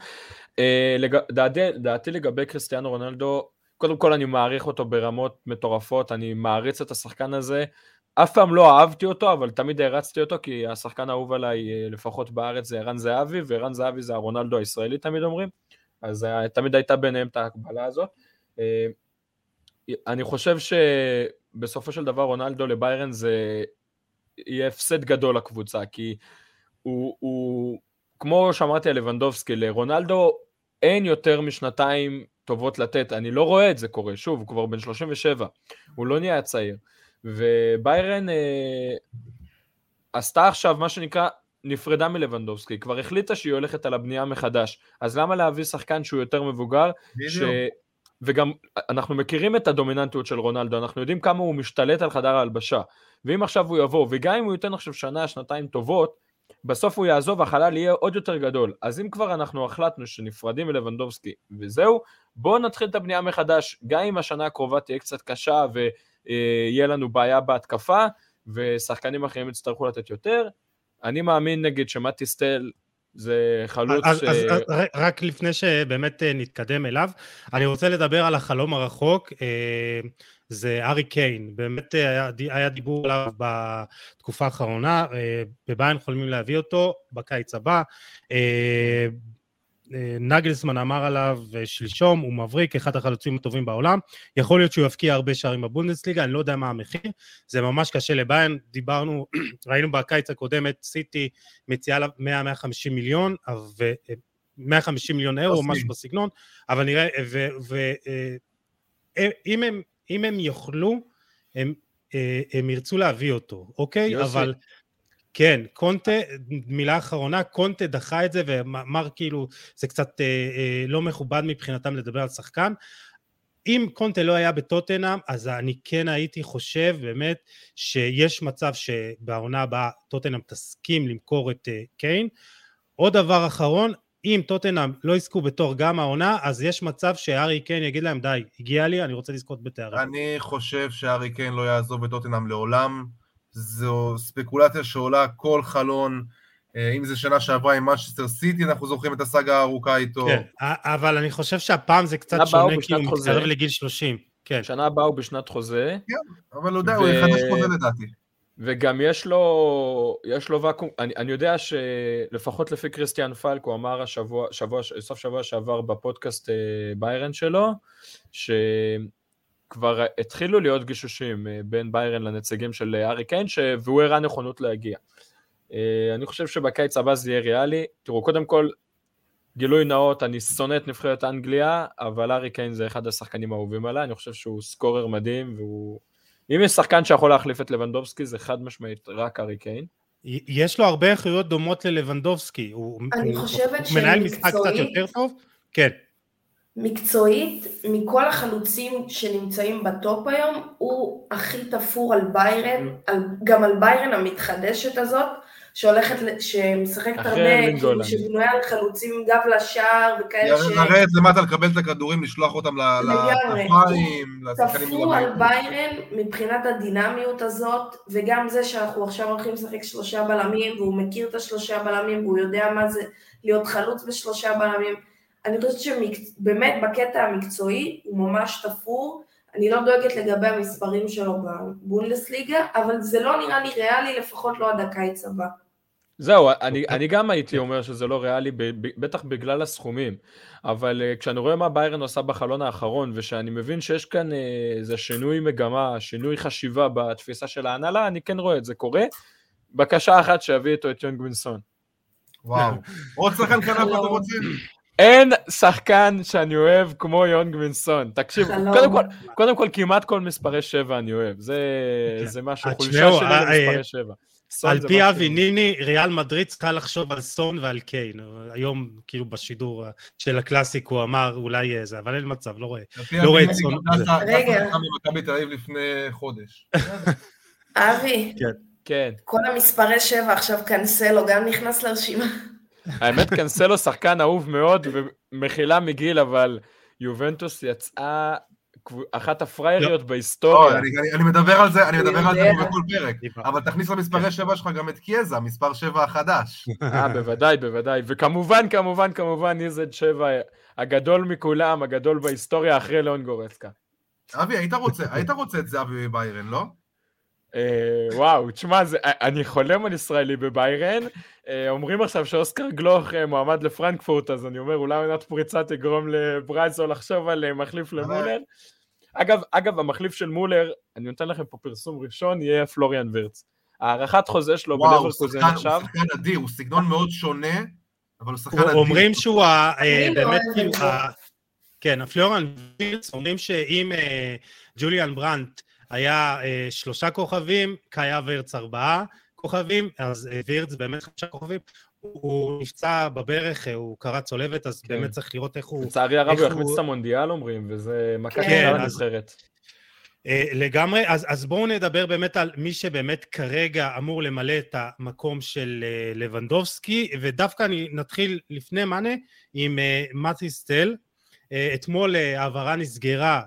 דעתי לגבי קריסטיאנו רונלדו, קודם כל אני מעריך אותו ברמות מטורפות, אני מעריץ את השחקן הזה, אף פעם לא אהבתי אותו, אבל תמיד הרצתי אותו, כי השחקן האהוב עליי, לפחות בארץ, זה ערן זהבי, וערן זהבי זה הרונלדו הישראלי, תמיד אומרים, אז תמיד הייתה ביניהם את ההקבלה הזאת. אני חושב שבסופו של דבר רונלדו לביירן זה יהיה הפסד גדול לקבוצה, כי הוא כמו שאמרתי על לבנדובסקי, לרונלדו אין יותר משנתיים טובות לתת, אני לא רואה את זה קורה, שוב, הוא כבר בן 37, הוא לא נהיה צעיר, וביירן עשתה עכשיו מה שנקרא נפרדה מלבנדובסקי, כבר החליטה שהיא הולכת על הבנייה מחדש, אז למה להביא שחקן שהוא יותר מבוגר, וגם אנחנו מכירים את הדומיננטיות של רונלדו, אנחנו יודעים כמה הוא משתלט על חדר ההלבשה, ואם עכשיו הוא יבוא, וגם אם הוא ייתן עכשיו שנה, שנתיים טובות, בסוף הוא יעזוב, החלל יהיה עוד יותר גדול, אז אם כבר אנחנו החלטנו שנפרדים מלבנדובסקי, וזהו, בואו נתחיל את הבנייה מחדש, גם אם השנה הקרובה תהיה קצת קשה, ויהיה לנו בעיה בהתקפה, ושחקנים אחרים יצטרכו לתת יותר, אני מאמין נגיד שמטיסטל, זה חלוץ... אז רק לפני שבאמת נתקדם אליו, אני רוצה לדבר על החלום הרחוק, זה ארי קיין, באמת היה דיבור עליו בתקופה האחרונה, בביירן חולמים להביא אותו בקיץ הבא, נגלסמן אמר עליו שלשום, הוא מבריק, אחד החלוצים הטובים בעולם, יכול להיות שהוא יפקיע הרבה שערים בבונדסליגה, אני לא יודע מה המחיר, זה ממש קשה לביירן, דיברנו, ראינו בקיץ הקודמת, סיטי מציעה לה 100-150 מיליון, ו-150 מיליון אירו, משהו בסגנון, אבל נראה, אם הם יוכלו, הם ירצו להביא אותו, אוקיי? אבל... כן, קונטה, מילה אחרונה, קונטה דחה את זה ואמר כאילו זה קצת לא מכובד מבחינתם לדבר על שחקן. אם קונטה לא היה בטוטנהאם, אז אני כן הייתי חושב באמת שיש מצב שבעונה הבאה טוטנהאם תסכים למכור את קיין. עוד דבר אחרון, אם טוטנהאם לא יזכו בתור גם העונה, אז יש מצב שארי קיין יגיד להם די, הגיע לי, אני רוצה לזכות בתארים. אני חושב שארי קיין לא יעזוב בטוטנהאם לעולם, זו ספקולציה שעולה כל חלון, אם זה שנה שעברה עם מנצ'סטר סיטי, אנחנו זוכרים את הסאגה הארוכה איתו. כן, אבל אני חושב שהפעם זה קצת שונה, כי הוא מתקרב לגיל 30. כן. שנה הבאה הוא בשנת חוזה. כן, אבל הוא יודע, הוא יחדש חוזה לדעתי. וגם יש לו ואקום, אני יודע שלפחות לפי קריסטיאן פלק, הוא אמר סוף שבוע שעבר בפודקאסט ביירן שלו, כבר התחילו להיות גישושים בין ביירן לנציגים של ארי קיין, והוא הראה נכונות להגיע. אני חושב שבקיץ הבא זה יהיה ריאלי. תראו, קודם כל, גילוי נאות, אני שונא את נבחרת אנגליה, אבל ארי קיין זה אחד השחקנים האהובים עליי, אני חושב שהוא סקורר מדהים, אם יש שחקן שיכול להחליף את לבנדובסקי, זה חד משמעית רק ארי קיין. יש לו הרבה איכויות דומות ללבנדובסקי, הוא מנהל משחק קצת יותר טוב? כן. מקצועית, מכל החלוצים שנמצאים בטופ היום, הוא הכי תפור על ביירן, גם על ביירן המתחדשת הזאת, שמשחקת הרבה, שבנויה על חלוצים גב לשער וכאלה נראה את למטה לקבל את הכדורים, לשלוח אותם לכפיים, תפור על ביירן מבחינת הדינמיות הזאת, וגם זה שאנחנו עכשיו הולכים לשחק 3 בלמים, והוא מכיר את 3 בלמים, והוא יודע מה זה להיות חלוץ ב3 בלמים, אני חושבת שבאמת בקטע המקצועי הוא ממש תפור, אני לא דואגת לגבי המספרים שלו בבונדסליגה, אבל זה לא נראה לי ריאלי, לפחות לא עד הקיץ הבא. זהו, אני גם הייתי אומר שזה לא ריאלי, בטח בגלל הסכומים, אבל כשאני רואה מה ביירן עושה בחלון האחרון, ושאני מבין שיש כאן איזה שינוי מגמה, שינוי חשיבה בתפיסה של ההנהלה, אני כן רואה את זה קורה, בקשה אחת שהביא איתו את יונגווינסון. וואו, עוד שחקן כנף אתם רוצים? אין שחקן שאני אוהב כמו יונגווינסון, תקשיב, קודם כל כמעט כל מספרי 7 אני אוהב, זה משהו, חולשה שלי למספרי 7. על פי אבי ניני, ריאל מדריד צריכה לחשוב על סון ועל קיין, היום כאילו בשידור של הקלאסיק הוא אמר אולי זה, אבל אין מצב, לא רואה את סון. רגע. מכבי תל אביב לפני חודש. אבי, כל המספרי 7 עכשיו קנסלו גם נכנס לרשימה. האמת קנסלו שחקן אהוב מאוד ומחילה מגיל, אבל יובנטוס יצאה אחת הפרייריות בהיסטוריה. אני מדבר על זה בכל פרק, אבל תכניס למספרי 7 שלך גם את קיאזה, מספר 7 החדש. בוודאי, וכמובן ניזד 7, הגדול מכולם, הגדול בהיסטוריה אחרי לאון גורצקה. אבי, היית רוצה את זה אבי ביירן, לא? וואו, תשמע, אני חולם על ישראלי בביירן, אומרים עכשיו שאוסקר גלוך מועמד לפרנקפורט, אז אני אומר, אולי עונת פריצה תגרום לברייזו לחשוב על מחליף למולר. אגב, המחליף של מולר, אני נותן לכם פה פרסום ראשון, יהיה פלוריאן וירץ. הערכת חוזה שלו בלברקוזן עכשיו. הוא שחקן אדיר, הוא סגנון מאוד שונה, אבל הוא שחקן אדיר. אומרים שהוא באמת כאילו, כן, פלוריאן וירץ, אומרים שאם ג'וליאן ברנט היה 3 כוכבים, קאיה וירץ 4 כוכבים, אז וירץ באמת 5 כוכבים, הוא נפצע בברך, הוא קרא צולבת, אז באמת צריך לראות איך הוא... לצערי הרב הוא יחמיץ את המונדיאל, אומרים, וזה מכה קשה לנבחרת. לגמרי, אז בואו נדבר באמת על מי שבאמת כרגע אמור למלא את המקום של לבנדובסקי, ודווקא נתחיל לפני מנה עם מתיס טל. אתמול העברה נסגרה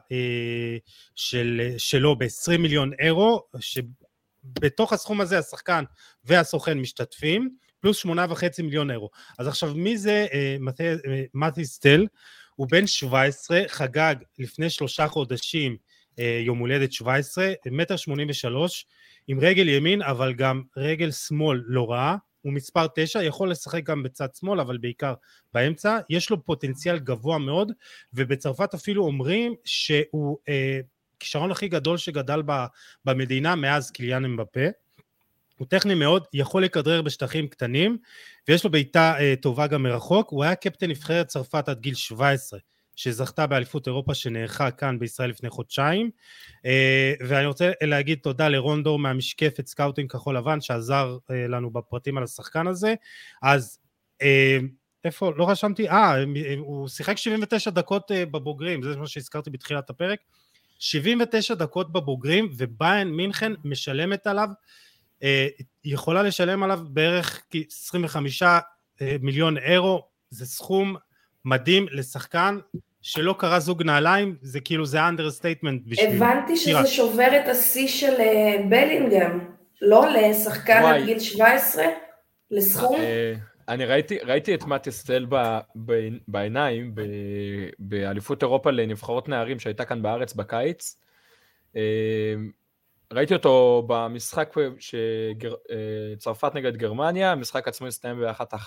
שלו ב-20 מיליון אירו, שבתוך הסכום הזה השחקן והסוכן משתתפים, פלוס 8.5 מיליון אירו. אז עכשיו מי זה מתיס טל? הוא בן 17, חגג לפני 3 חודשים יום הולדת 17, 1.83 מטר, עם רגל ימין אבל גם רגל שמאל לא רעה, הוא מספר 9, יכול לשחק גם בצד שמאל, אבל בעיקר באמצע, יש לו פוטנציאל גבוה מאוד, ובצרפת אפילו אומרים שהוא כישרון הכי גדול שגדל במדינה מאז קיליאן אמבפה, הוא טכני מאוד, יכול לכדרר בשטחים קטנים, ויש לו בעיטה טובה גם מרחוק, הוא היה קפטן נבחרת צרפת עד גיל 17, שזכתה באליפות אירופה שנערכה כאן בישראל לפני חודשיים, ואני רוצה להגיד תודה לרון דור מהמשקפת סקאוטינג כחול לבן שעזר לנו בפרטים על השחקן הזה. אז איפה? לא רשמתי, הוא שיחק 79 דקות בבוגרים, זה מה שהזכרתי בתחילת הפרק, 79 דקות בבוגרים, וביירן מינכן משלמת עליו, יכולה לשלם עליו בערך 25 מיליון אירו, זה סכום מדהים לשחקן שלא קרא זוג נעליים, זה כאילו זה אנדרסטייטמנט בשביל... הבנתי שזה שובר את השיא של בלינגהם, לא לשחקן עד גיל 17, לסכום? אני ראיתי את מתיס טל בעיניים, באליפות אירופה לנבחרות נערים שהייתה כאן בארץ בקיץ, ראיתי אותו במשחק שצרפת נגד גרמניה, המשחק עצמו הסתיים ב1-1,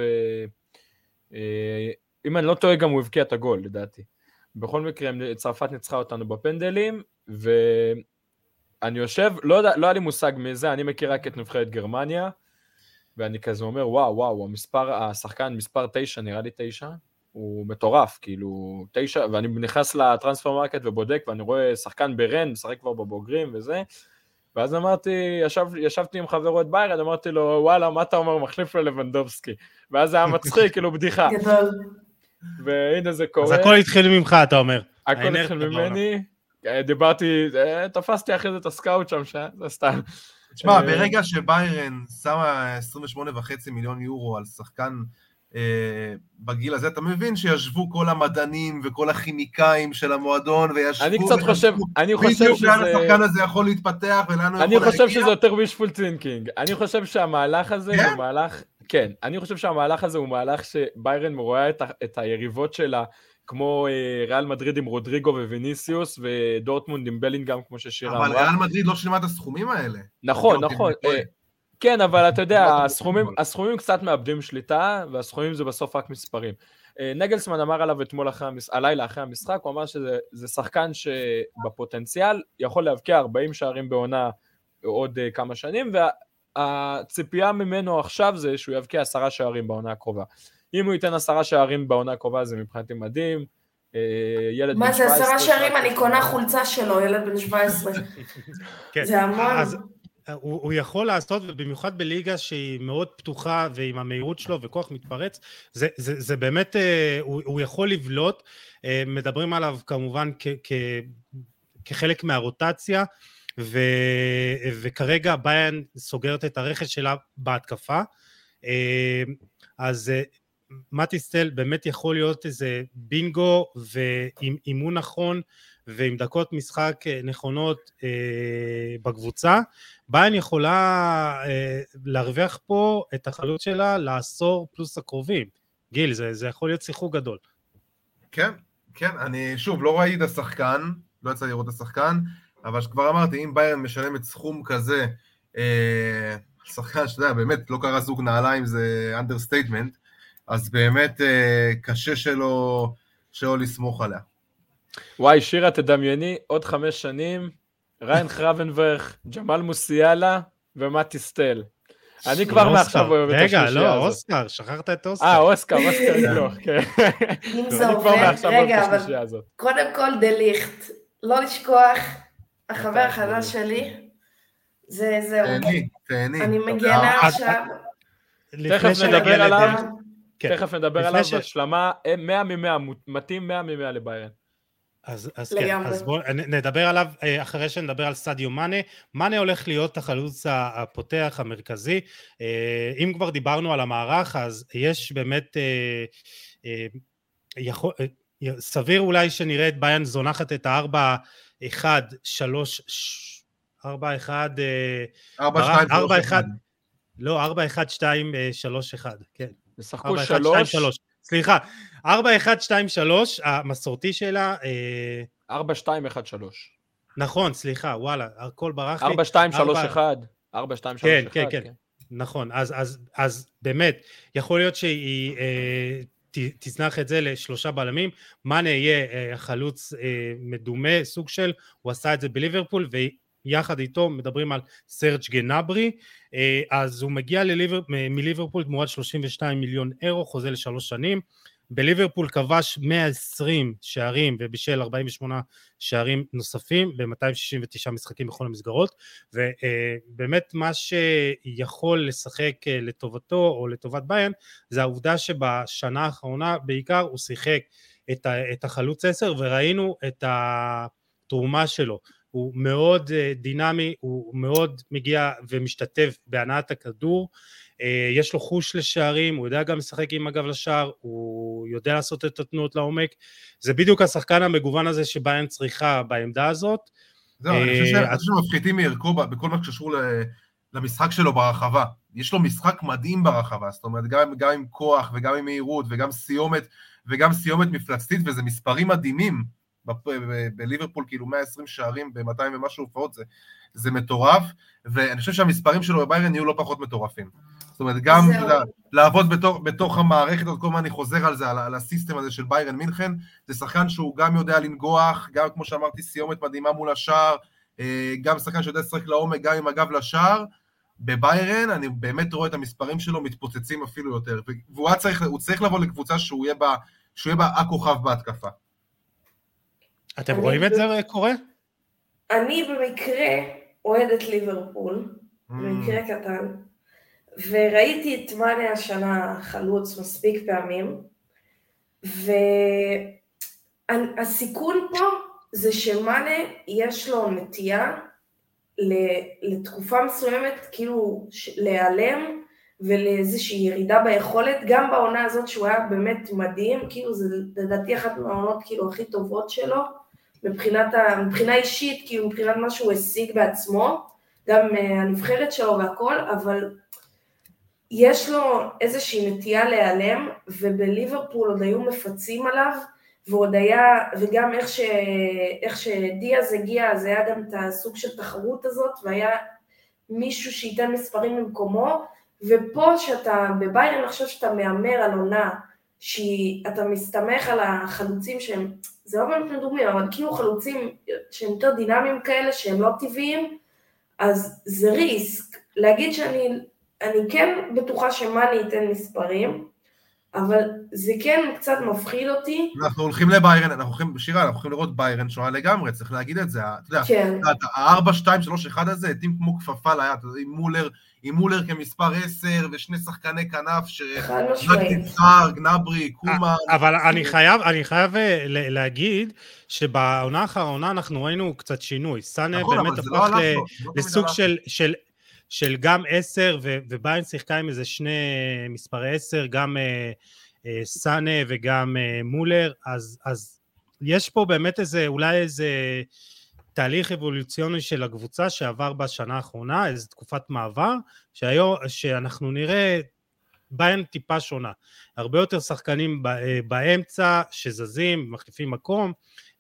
אם אני לא טועה גם הוא הבקיע את הגול לדעתי. בכל מקרה צרפת ניצחה אותנו בפנדלים, ואני יושב, לא היה לי מושג מזה, אני מכיר רק את נבחרת גרמניה, ואני כזה אומר וואו, השחקן מספר 9, נראה לי 9, הוא מטורף, כאילו 9, ואני נכנס לטרנספר מרקט ובודק, ואני רואה שחקן ברן, משחק כבר בבוגרים וזה, ואז אמרתי, ישבתי עם חברו את ביירן, אמרתי לו, וואלה, מה אתה אומר, מחליף ללבנדובסקי, ואז זה היה מצחיק, כאילו בדיחה. והנה זה קורה. אז הכל התחיל ממך, אתה אומר. הכל התחיל ממני, דיברתי, תפסתי אחרי זה את הסקאוט שם, זה סתם. תשמע, ברגע שביירן שמה 28.5 מיליון יורו על שחקן בגיל הזה, אתה מבין שישבו כל המדענים וכל הכימיקאים של המועדון, וישבו... אני קצת חושב, בדיוק לאן השחקן הזה יכול להתפתח, ולאן הוא יכול להגיע. אני חושב שזה יותר wishful thinking. אני חושב שהמהלך הזה הוא מהלך... כן, אני חושב שהמהלך הזה הוא מהלך שביירן רואה את היריבות שלה, כמו ריאל מדריד עם רודריגו וויניסיוס, ודורטמונד עם בלינגהם, כמו ששירה אמרה. אבל ריאל מדריד לא שילמה את הסכומים האלה. נכון. כן, אבל אתה יודע, הסכומים קצת מאבדים שליטה, והסכומים זה בסוף רק מספרים. נגלסמן אמר עליו אתמול הלילה אחרי המשחק, הוא אמר שזה שחקן שבפוטנציאל יכול להבקיע 40 שערים בעונה עוד כמה שנים, והציפייה ממנו עכשיו זה שהוא יבקיע 10 שערים בעונה הקרובה. אם הוא ייתן 10 שערים בעונה הקרובה, זה מבחינתי מדהים. מה זה 10 שערים? אני קונה חולצה שלו, ילד בן 17. זה המון. הוא יכול לעשות, ובמיוחד בליגה שהיא מאוד פתוחה, ועם המהירות שלו וכוח מתפרץ, זה באמת, הוא יכול לבלוט, מדברים עליו כמובן כחלק מהרוטציה, וכרגע ביירן סוגרת את הרכש שלה בהתקפה, אז מתיס טל באמת יכול להיות איזה בינגו, ועם אימון נכון, ועם דקות משחק נכונות בקבוצה, ביירן יכולה להרוויח פה את החלוץ שלה לעשור פלוס הקרובים. גיל, זה יכול להיות שיחוק גדול. כן, אני שוב לא ראיתי את השחקן, לא יצא לראות את השחקן, אבל שכבר אמרתי, אם ביירן משלמת סכום כזה, שחקן שאתה יודע, באמת לא קרה זוג נעליים, זה understatement, אז באמת קשה שלו לסמוך עליה. וואי, שירה, תדמייני, עוד 5 שנים, ריין חרבנברך, ג'מאל מוסיאלה ומתי סטל. אני כבר מעכשיו אוהב את השלישייה הזאת. רגע, לא, אוסקר, שכחת את אוסקר. אוסקר לא, כן. אם זה עובד, רגע, אבל קודם כל דליכט, לא לשכוח, החבר החדש שלי, זהו. תהני. אני מגיעה עכשיו. תכף נדבר עליו בהשלמה 100 מ-100, מתאים 100 מ-100 לביירן. אז כן, אז בואו נדבר עליו אחרי שנדבר על סדיו מאנה. מאנה הולך להיות החלוץ הפותח המרכזי. אם כבר דיברנו על המערך, אז יש באמת, סביר אולי שנראה את ביירן זונחת את ה-4-1-3, 4-1, לא, 4-1-2-3-1, כן. נשחקו 3. סליחה, 4-1-2-3, המסורתי שלה... 4-2-1-3. נכון, סליחה, וואלה, הכל ברח לי. 4-2-3-1. 4-2-3-1. כן. נכון, אז באמת, יכול להיות שהיא תזנח את זה ל3 בלמים, מאנה יהיה חלוץ מדומה, סוג של, הוא עשה את זה בליברפול, ויחד איתו מדברים על סרג' גנברי, אז הוא מגיע מליברפול תמורת 32 מיליון אירו, חוזה ל3 שנים, בליברפול כבש 120 שערים ובישל 48 שערים נוספים ב-269 משחקים בכל המסגרות, ובאמת מה שיכול לשחק לטובתו או לטובת ביירן זה העובדה שבשנה האחרונה בעיקר הוא שיחק את החלוץ 10 וראינו את התרומה שלו, הוא מאוד דינמי, הוא מאוד מגיע ומשתתף בהנעת הכדור, יש לו חוש לשערים, הוא יודע גם לשחק עם הגב לשער, הוא יודע לעשות את התנועות לעומק, זה בדיוק השחקן המגוון הזה שביירן צריכה בעמדה הזאת. זהו, אני חושב שמפחיתים מערכו בכל מה שקשור למשחק שלו ברחבה, יש לו משחק מדהים ברחבה, זאת אומרת גם עם כוח וגם עם מהירות וגם סיומת מפלצתית, וזה מספרים מדהימים, בליברפול כאילו 120 שערים ב-200 ומשהו הופעות, זה מטורף, ואני חושב שהמספרים שלו בביירן יהיו לא פחות מטורפים. זאת אומרת, גם לעבוד בתוך המערכת, עוד כל מה אני חוזר על זה, על הסיסטם הזה של ביירן מינכן, זה שחקן שהוא גם יודע לנגוח, גם כמו שאמרתי, סיומת מדהימה מול השער, גם שחקן שיודע לשחק לעומק, גם עם הגב לשער, בביירן אני באמת רואה את המספרים שלו מתפוצצים אפילו יותר, והוא צריך לבוא לקבוצה שהוא יהיה בה הכוכב בהתקפה. אתם רואים את זה קורה? אני במקרה אוהדת ליברפול, במקרה קטן, וראיתי את מאנה השנה חלוץ מספיק פעמים, והסיכון פה זה שמאנה יש לו נטייה לתקופה מסוימת כאילו להיעלם, ולאיזושהי ירידה ביכולת, גם בעונה הזאת שהוא היה באמת מדהים, כאילו זה לדעתי אחת מהעונות כאילו הכי טובות שלו, מבחינה אישית, כאילו מבחינת מה שהוא השיג בעצמו, גם הנבחרת שלו והכל, אבל יש לו איזושהי נטייה להיעלם, ובליברפול עוד היו מפצים עליו, ועוד היה, וגם איך שדיאז הגיע, אז היה גם את הסוג של תחרות הזאת, והיה מישהו שייתן מספרים במקומו, ופה שאתה בביירן, אני חושב שאתה מאמר על עונה, שאתה מסתמך על החלוצים שהם, זה לא באמת מדומים, אבל כאילו חלוצים שהם יותר דינמיים כאלה, שהם לא טבעיים, אז זה ריסק. להגיד שאני כן בטוחה שמאנה ייתן מספרים, אבל זה כן קצת מפחיד אותי. אנחנו הולכים לביירן, אנחנו הולכים לראות ביירן שונה לגמרי, צריך להגיד את זה. אתה יודע, ה-4-2-3-1 הזה, התאים כמו כפפה ליד, עם מולר כמספר 10, ושני שחקני כנף, גנברי, קומה. אבל אני חייב להגיד, שבעונה האחרונה אנחנו ראינו קצת שינוי. סאנה באמת הפך לסוג של גם 10, וביירן שיחקה עם איזה שני מספרי 10, גם סאנה וגם מולר, אז יש פה באמת אולי איזה תהליך אבולוציוני של הקבוצה שעבר בשנה האחרונה, איזו תקופת מעבר, שאנחנו נראה ביירן טיפה שונה, הרבה יותר שחקנים באמצע שזזים, מחליפים מקום,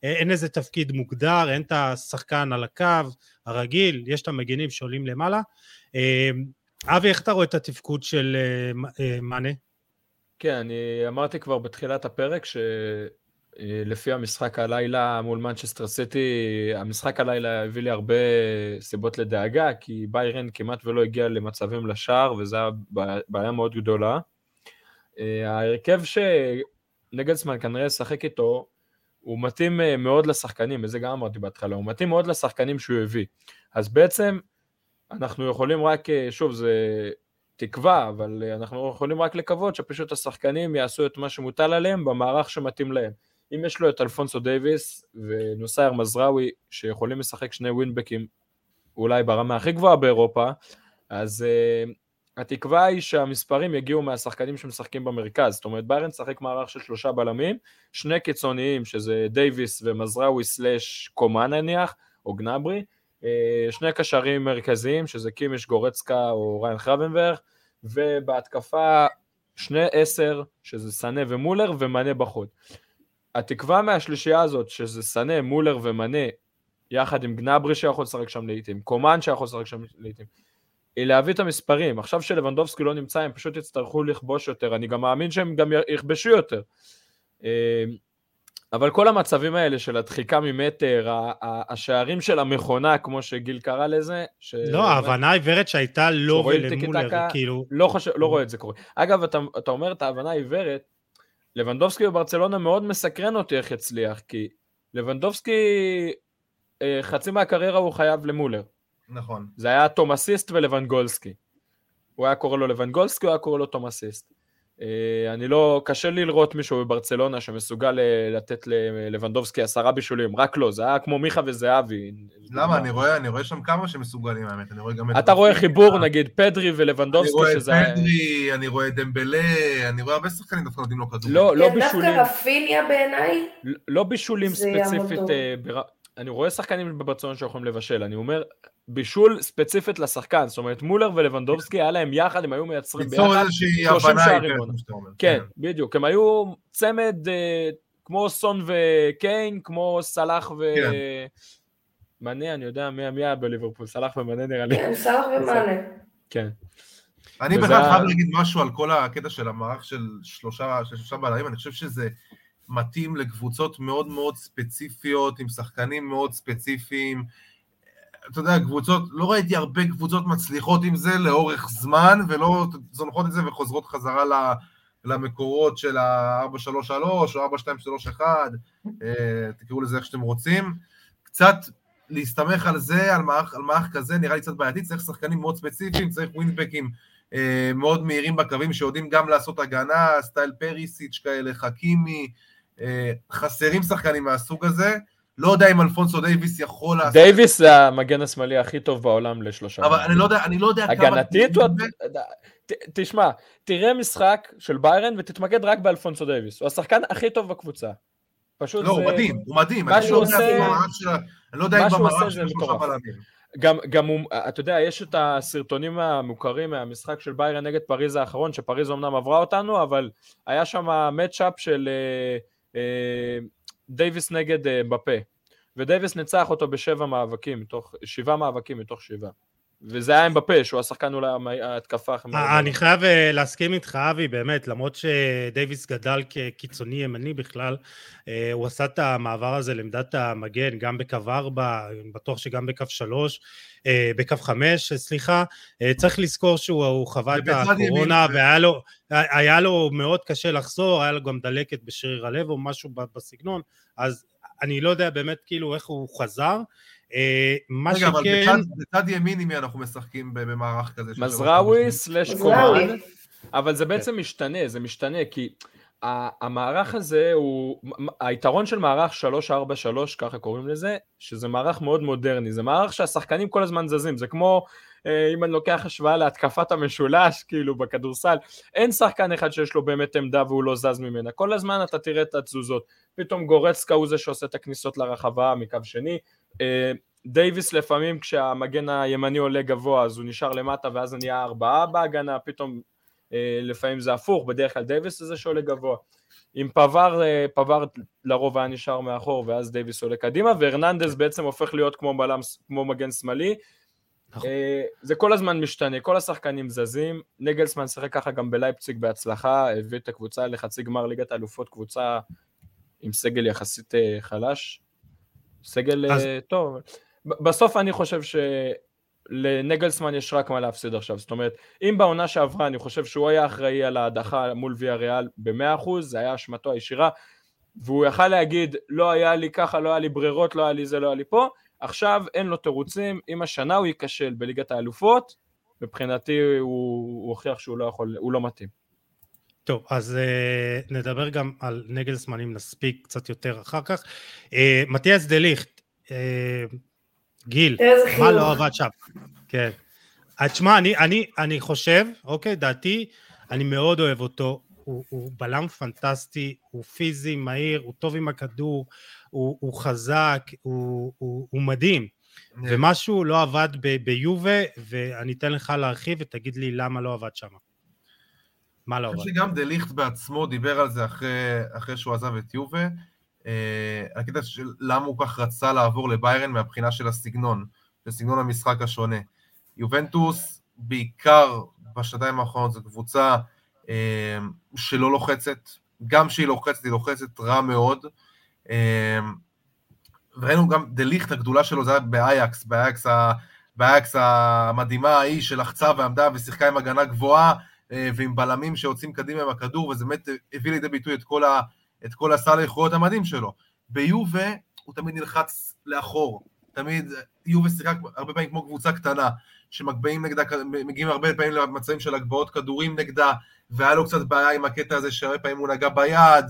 אין איזה תפקיד מוגדר, אין את השחקן על הקו הרגיל, יש את המגנים שעולים למעלה. אבי, איך אתה רואה את התפקוד של מאנה? כן, אני אמרתי כבר בתחילת הפרק שלפי המשחק הלילה מול מנצ'סטר סיטי, המשחק הלילה הביא לי הרבה סיבות לדאגה, כי ביירן כמעט ולא הגיע למצבים לשער, וזו בעיה מאוד גדולה. ההרכב שנגלסמן כנראה שחק איתו, הוא מתאים מאוד לשחקנים, וזה גם אמרתי בהתחלה, הוא מתאים מאוד לשחקנים שהוא הביא. אז בעצם אנחנו יכולים רק, שוב, זה תקווה, אבל אנחנו יכולים רק לקוות שפשוט השחקנים יעשו את מה שמוטל עליהם במערך שמתאים להם. אם יש לו את אלפונסו דייביס ונוסייר מזראוי, שיכולים לשחק שני ווינבקים, אולי ברמה הכי גבוהה באירופה, אז התקווה היא שהמספרים יגיעו מהשחקנים שמשחקים במרכז. זאת אומרת, ביירן שחק מערך של 3 בלמים, 2 קיצוניים, שזה דייביס ומזראוי סלש קומן נניח, או גנברי, 2 קשרים מרכזיים, שזה קימיש גורצקה או ריין חרבנברג, ובהתקפה 2 10, שזה סנה ומולר, ומנה בחוד. התקווה מהשלישייה הזאת, שזה סנה, מולר ומנה, יחד עם גנברי שיכול לשחק שם לעיתים, קומן שיכול לשחק שם לעיתים, היא להביא את המספרים. עכשיו שלוונדובסקי לא נמצא, הם פשוט יצטרכו לכבוש יותר, אני גם מאמין שהם גם יכבשו יותר. אבל כל המצבים האלה של הדחיקה ממטר, השערים של המכונה, כמו שגיל קרא לזה, לא, ההבנה העיוורת שהייתה לא ולמולר, כאילו... לא רואה את זה קורה. אגב, אתה אומר את ההבנה העיוורת, לוונדובסקי בברצלונה מאוד מסקרן אותי איך יצליח, כי לוונדובסקי חצי מהקריירה הוא חייב למולר. נכון. זה היה תומאסיסט ולוונגולסקי. הוא היה קורא לו לוונגולסקי, הוא היה קורא לו תומאסיסט. אני לא, קשה לי לראות מישהו בברצלונה שמסוגל לתת לוונדובסקי 10 בישולים, רק לא, זה היה כמו מיכה וזהבי. למה? אני רואה שם כמה שמסוגלים, האמת, אני רואה גם את... אתה רואה חיבור, נגיד, פדרי ולוונדובסקי, שזה... אני רואה פדרי, אני רואה דמבלה, אני רואה הרבה שחקנים דווקא נותנים לו כדור. לא בישולים. דווקא רפיניה בעיניי. לא בישולים ספציפית, אני רואה שחקנים בברצלונה שיכולים לבשל, אני אומר, בישול ספציפית לשחקן, זאת אומרת, מולר ולוונדובסקי, היה להם יחד, הם היו מייצרים ביחד 30 שערים. כן, בדיוק, הם היו צמד כמו סון וקיין, כמו סלאח ומנה, אני יודע מי היה בליברפול, סלאח ומנה נראה לי. כן, סלאח ומנה. כן. אני בכלל חייב להגיד משהו על כל הקטע של המערך של 3 בלמים, אני חושב שזה מתאים לקבוצות מאוד מאוד ספציפיות, עם שחקנים מאוד ספציפיים, אתה יודע, קבוצות, לא ראיתי הרבה קבוצות מצליחות עם זה לאורך זמן, ולא זונחות את זה וחוזרות חזרה למקורות של ה-4-3-3 או 4-2-3-1, תקראו לזה איך שאתם רוצים, קצת להסתמך על זה, על מערך כזה, נראה לי קצת בעייתי, צריך שחקנים מאוד ספציפיים, צריך ווינבקים מאוד מהירים בקווים, שיודעים גם לעשות הגנה, סטייל פריסיץ' כאלה, חכימי, חסרים שחקנים מהסוג הזה, לא יודע אם אלפונסו דייביס יכול לעשות... דייביס זה המגן השמאלי הכי טוב בעולם ל3. אבל אני לא יודע כמה... הגנתית, תשמע, תראה משחק של ביירן ותתמקד רק באלפונסו דייביס, הוא השחקן הכי טוב בקבוצה. פשוט לא, הוא מדהים. מה שהוא עושה... אני לא יודע אם במערך של 3 בלמים. גם הוא, אתה יודע, יש את הסרטונים המוכרים מהמשחק של ביירן נגד פריז האחרון, שפריז אמנם עברה אותנו, אבל היה שם מאץ'-אפ של דייביס נגד בפה, ודייביס ניצח אותו ב7 מאבקים, מתוך 7 מאבקים מתוך 7. וזה היה עם בפה, שהוא השחקן אולי ההתקפה. אני חייב להסכים איתך, אבי, באמת, למרות שדייביס גדל כקיצוני ימני בכלל, הוא עשה את המעבר הזה לעמדת המגן, גם בקו 4, בטוח שגם בקו 3, בקו 5, סליחה, צריך לזכור שהוא חווה את הקורונה, והיה לו מאוד קשה לחזור, היה לו גם דלקת בשריר הלב או משהו בסגנון, אז אני לא יודע באמת כאילו איך הוא חזר, רגע, אבל בצד ימין עם מי אנחנו משחקים במערך כזה? מזראוי סלש קומן, אבל זה בעצם משתנה, זה משתנה, כי המערך הזה הוא, היתרון של מערך 3-4-3, ככה קוראים לזה, שזה מערך מאוד מודרני, זה מערך שהשחקנים כל הזמן זזים, זה כמו, אם אני לוקח השוואה להתקפת המשולש, כאילו בכדורסל, אין שחקן אחד שיש לו באמת עמדה והוא לא זז ממנה, כל הזמן אתה תראה את התזוזות, פתאום גורצקה הוא זה שעושה את הכניסות לרחבה מקו שני, דייביס לפעמים כשהמגן הימני עולה גבוה אז הוא נשאר למטה ואז נהיה 4 בהגנה, פתאום לפעמים זה הפוך, בדרך כלל דייביס זה שעולה גבוה. עם פבר לרוב היה נשאר מאחור, ואז דייביס עולה קדימה, והרננדז בעצם הופך להיות כמו מגן שמאלי. זה כל הזמן משתנה, כל השחקנים זזים, נגלסמן שיחק ככה גם בלייפציג בהצלחה, הביא את הקבוצה לחצי גמר ליגת האלופות, קבוצה עם סגל יחסית חלש, סגל טוב. בסוף אני חושב שלנגלסמן יש רק מה להפסיד עכשיו, זאת אומרת, אם בעונה שעברה אני חושב שהוא היה אחראי על ההדחה מול ויאריאל ב100%, זה היה אשמתו הישירה, והוא יכל להגיד, לא היה לי ככה, לא היה לי ברירות, לא היה לי זה, לא היה לי פה, עכשיו אין לו תירוצים, אם השנה הוא ייכשל בליגת האלופות, מבחינתי הוא הוכיח שהוא לא יכול, הוא לא מתאים. טוב, אז נדבר גם על נגלסמן אם נספיק קצת יותר אחר כך. מתיאס דה ליכט, גיל, מה לא עבד שם? כן. תשמע, אני חושב, אוקיי, דעתי, אני מאוד אוהב אותו, הוא בלם פנטסטי, הוא פיזי, מהיר, הוא טוב עם הכדור, הוא חזק, הוא מדהים, ומשהו לא עבד ביובה, ואני אתן לך להרחיב ותגיד לי למה לא עבד שם. מה לא עבד? אני חושב שגם דה ליכט בעצמו דיבר על זה אחרי שהוא עזב את יובה, הקטע של למה הוא כך רצה לעבור לביירן מהבחינה של הסגנון, לסגנון המשחק השונה. יובנטוס בעיקר בשנתיים האחרונות זו קבוצה שלא לוחצת, גם שהיא לוחצת, היא לוחצת רע מאוד, וראינו גם דה ליכט הגדולה שלו, זה היה באייקס המדהימה ההיא שלחצה ועמדה ושיחקה עם הגנה גבוהה, ועם בלמים שיוצאים קדימה עם הכדור, וזה באמת הביא לידי ביטוי את כל הסל היכולות המדהים שלו. ביובה הוא תמיד נלחץ לאחור, תמיד יובה שיחק הרבה פעמים כמו קבוצה קטנה, שמגביעים נגדה, מגיעים הרבה פעמים למצבים של הגבעות כדורים נגדה, והיה לו קצת בעיה עם הקטע הזה שהרבה פעמים הוא נגע ביד,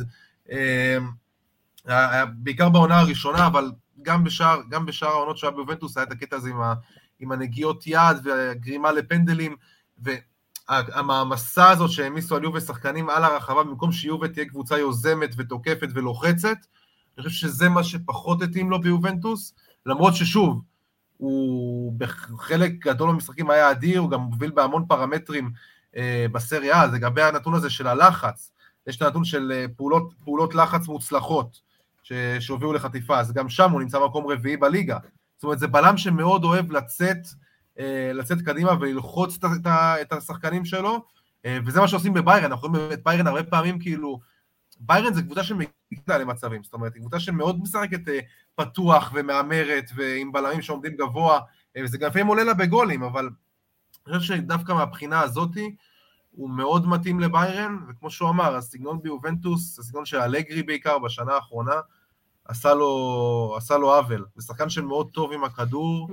בעיקר בעונה הראשונה, אבל גם בשאר העונות שהיה ביובנטוס, היה את הקטע הזה עם הנגיעות יד והגרימה לפנדלים, והמסע הזאת שהעמיסו על יובה שחקנים על הרחבה, במקום שיובה תהיה קבוצה יוזמת ותוקפת ולוחצת, אני חושב שזה מה שפחות התאים לו ביובנטוס, למרות ששוב, הוא בחלק גדול במשחקים היה אדיר, הוא גם מוביל בהמון פרמטרים בסריה, זה לגבי הנתון הזה של הלחץ, יש את הנתון של פעולות לחץ מוצלחות, שהובילו לחטיפה, אז גם שם הוא נמצא מקום רביעי בליגה, זאת אומרת, זה בלם שמאוד אוהב לצאת קדימה וללחוץ את השחקנים שלו, וזה מה שעושים בביירן, אנחנו רואים את ביירן הרבה פעמים כאילו, ביירן זה קבוצה שמגיעה למצבים, זאת אומרת, היא קבוצה שמאוד משחקת פתוח ומאמרת, ועם בלמים שעומדים גבוה, וזה גם לפעמים עולה לה בגולים, אבל אני חושב שדווקא מהבחינה הזאת, הוא מאוד מתאים לביירן, וכמו שהוא אמר, הסגנון ביובנטוס, הסגנון של אלגרי בעיקר בשנה האחרונה, עשה לו עוול, זה שחקן שמאוד טוב עם הכדור,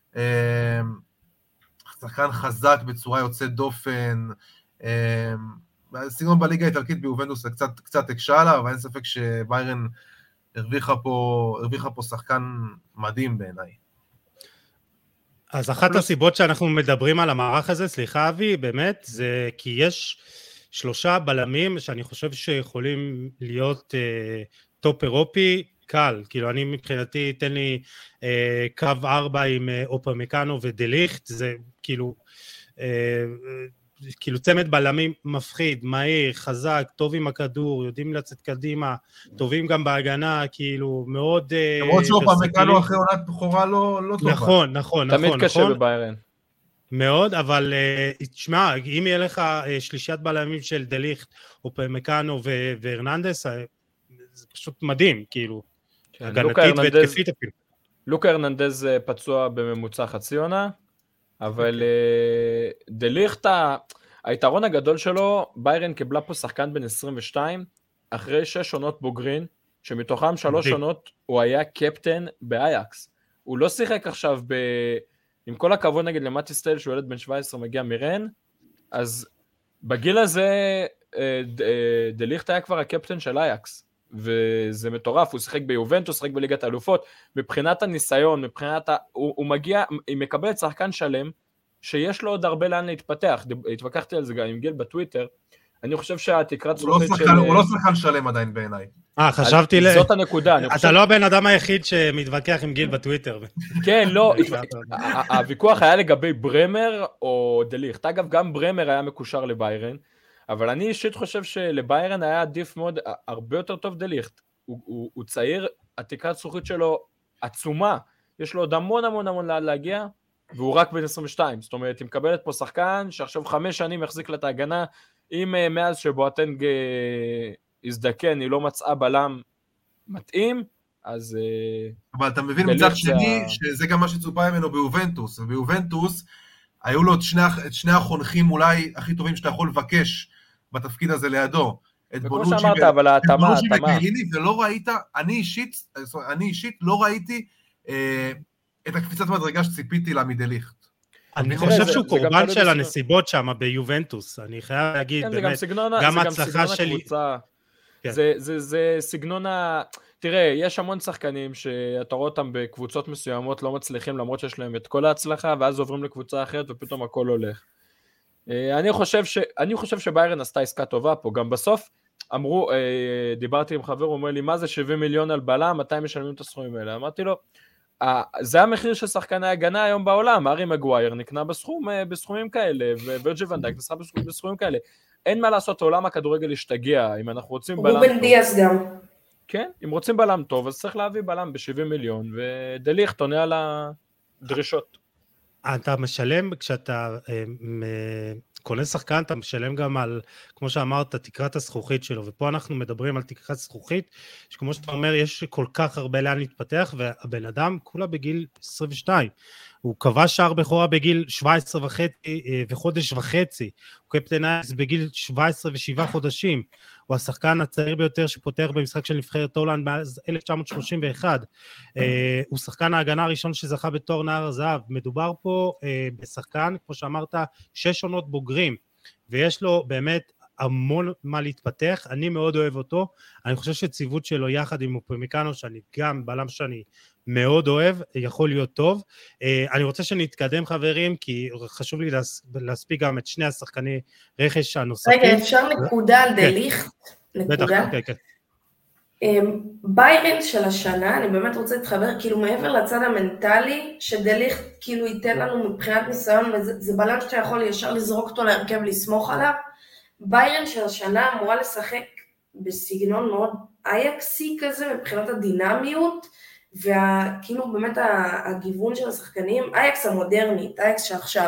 שחקן חזק בצורה יוצאת דופן, הסגנון בליגה האיטלקית ביובנטוס קצת הקשה עליו, אבל אין ספק שביירן הרוויחה פה שחקן מדהים בעיניי. אז אחת הסיבות שאנחנו מדברים על המערך הזה, סליחה אבי, באמת, זה כי יש 3 בלמים שאני חושב שיכולים להיות טופ אירופי קל, כאילו אני מבחינתי, תן לי קו 4 עם אופמקאנו ודה ליכט, זה כאילו צמד בלמים מפחיד, מהיר, חזק, טוב עם הכדור, יודעים לצאת קדימה, טובים גם בהגנה, כאילו מאוד... למרות שאופמקאנו אחרי עונת בכורה לא טובה. נכון. תמיד קשה בביירן. מאוד, אבל תשמע, אם יהיה לך שלישיית בלמים של דה ליכט, אופמקאנו והרננדס, זה פשוט מדהים, כאילו, הגנתית והתקפית אפילו. לוקה הרננדז פצוע בממוצע חצי עונה, אבל דה ליכט, היתרון הגדול שלו, ביירן קיבלה פה שחקן בן 22, אחרי 6 עונות בוגרין, שמתוכם 3 עונות הוא היה קפטן באייקס. הוא לא שיחק עכשיו עם כל הכבוד נגיד למטי סטייל, שהוא ילד בן 17 מגיע מירן, אז בגיל הזה דה ליכט היה כבר הקפטן של אייקס, וזה מטורף, הוא שיחק ביובנטוס, שיחק בליגת האלופות, מבחינת הניסיון, הוא מגיע, היא מקבלת שחקן שלם, שיש לו עוד הרבה לאן להתפתח, התווכחתי על זה גם עם גיל בטוויטר, אני חושב שהתקרת זכוכית של... הוא לא שחקן שלם עדיין בעיניי. חשבתי זאת הנקודה. אתה לא הבן אדם היחיד שמתווכח עם גיל בטוויטר. כן, לא, הוויכוח היה לגבי ברמר או דה ליכט, אגב גם ברמר היה מקושר לביירן, אבל אני אישית חושב שלביירן היה עדיף מאוד, הרבה יותר טוב דליכט. הוא צעיר, התקרת זכוכית שלו עצומה, יש לו עוד המון המון המון לאן להגיע, והוא רק בן 22, זאת אומרת, היא מקבלת פה שחקן שעכשיו 5 שנים יחזיק לה את ההגנה, אם מאז שבואטנג הזדקן, היא לא מצאה בלם מתאים, אז... אבל אתה מבין מצד שני, שזה גם מה שצופה ממנו ביובנטוס, וביובנטוס היו לו את שני החונכים אולי הכי טובים שאתה יכול לבקש בתפקיד הזה לידו, את בונוצ'י וגאיני, ולא ראית, אני אישית לא ראיתי את הקפיצת מדרגה שציפיתי לה מדליכט. אני חושב שהוא קורבן של הנסיבות שם ביובנטוס, אני חייב להגיד, באמת, גם ההצלחה שלי... זה סגנון תראה, יש המון שחקנים שאתה רואה אותם בקבוצות מסוימות לא מצליחים למרות שיש להם את כל ההצלחה, ואז עוברים לקבוצה אחרת ופתאום הכל הולך. אני חושב שביירן עשתה עסקה טובה פה, גם בסוף אמרו, דיברתי עם חבר, הוא אומר לי, מה זה 70 מיליון על בלם, מתי משלמים את הסכומים האלה? אמרתי לו, זה המחיר של שחקני ההגנה היום בעולם, הארי מגווייר נקנה בסכומים כאלה, ווירג'יל ון דייק נקנה בסכומים כאלה, אין מה לעשות, עולם הכדורגל ישתגע, אם אנחנו רוצים בלם טוב. רובן דיאס גם. כן, אם רוצים בלם טוב, אז צריך להביא בלם ב-70 מיליון, ודליכט עונה על הדרישות. אתה משלם, כשאתה קונה שחקן, אתה משלם גם על, כמו שאמרת, תקרת הזכוכית שלו, ופה אנחנו מדברים על תקרת זכוכית, שכמו שאתה אומר, יש כל כך הרבה לאן להתפתח, והבן אדם כולה בגיל 22, הוא כבש שער בכורה בגיל 17 וחודש וחצי, הוא קפטן אייקס בגיל 17 ו7 חודשים, הוא השחקן הצעיר ביותר שפותח במשחק של נבחרת הולנד מאז 1931, הוא שחקן ההגנה הראשון שזכה בתואר נער הזהב, מדובר פה בשחקן, כמו שאמרת, 6 עונות בוגרים, ויש לו באמת המון מה להתפתח, אני מאוד אוהב אותו, אני חושב שציוות שלו יחד עם אופמקאנו, שאני גם בלם שאני מאוד אוהב, יכול להיות טוב. אני רוצה שנתקדם חברים, כי חשוב לי להספיק גם את שני השחקני רכש הנוספים. רגע, אפשר נקודה על דליכט? בטח, כן. ביירן של השנה, אני באמת רוצה להתחבר, כאילו מעבר לצד המנטלי, שדליכט כאילו ייתן לנו מבחינת ניסיון, וזה בלם שאתה יכול ישר לזרוק אותו להרכב, לסמוך עליו, ביירן של השנה אמורה לשחק בסגנון מאוד אייקסי כזה, מבחינת הדינמיות, וכאילו באמת הגיוון של השחקנים, אייקס המודרנית, אייקס שעכשיו,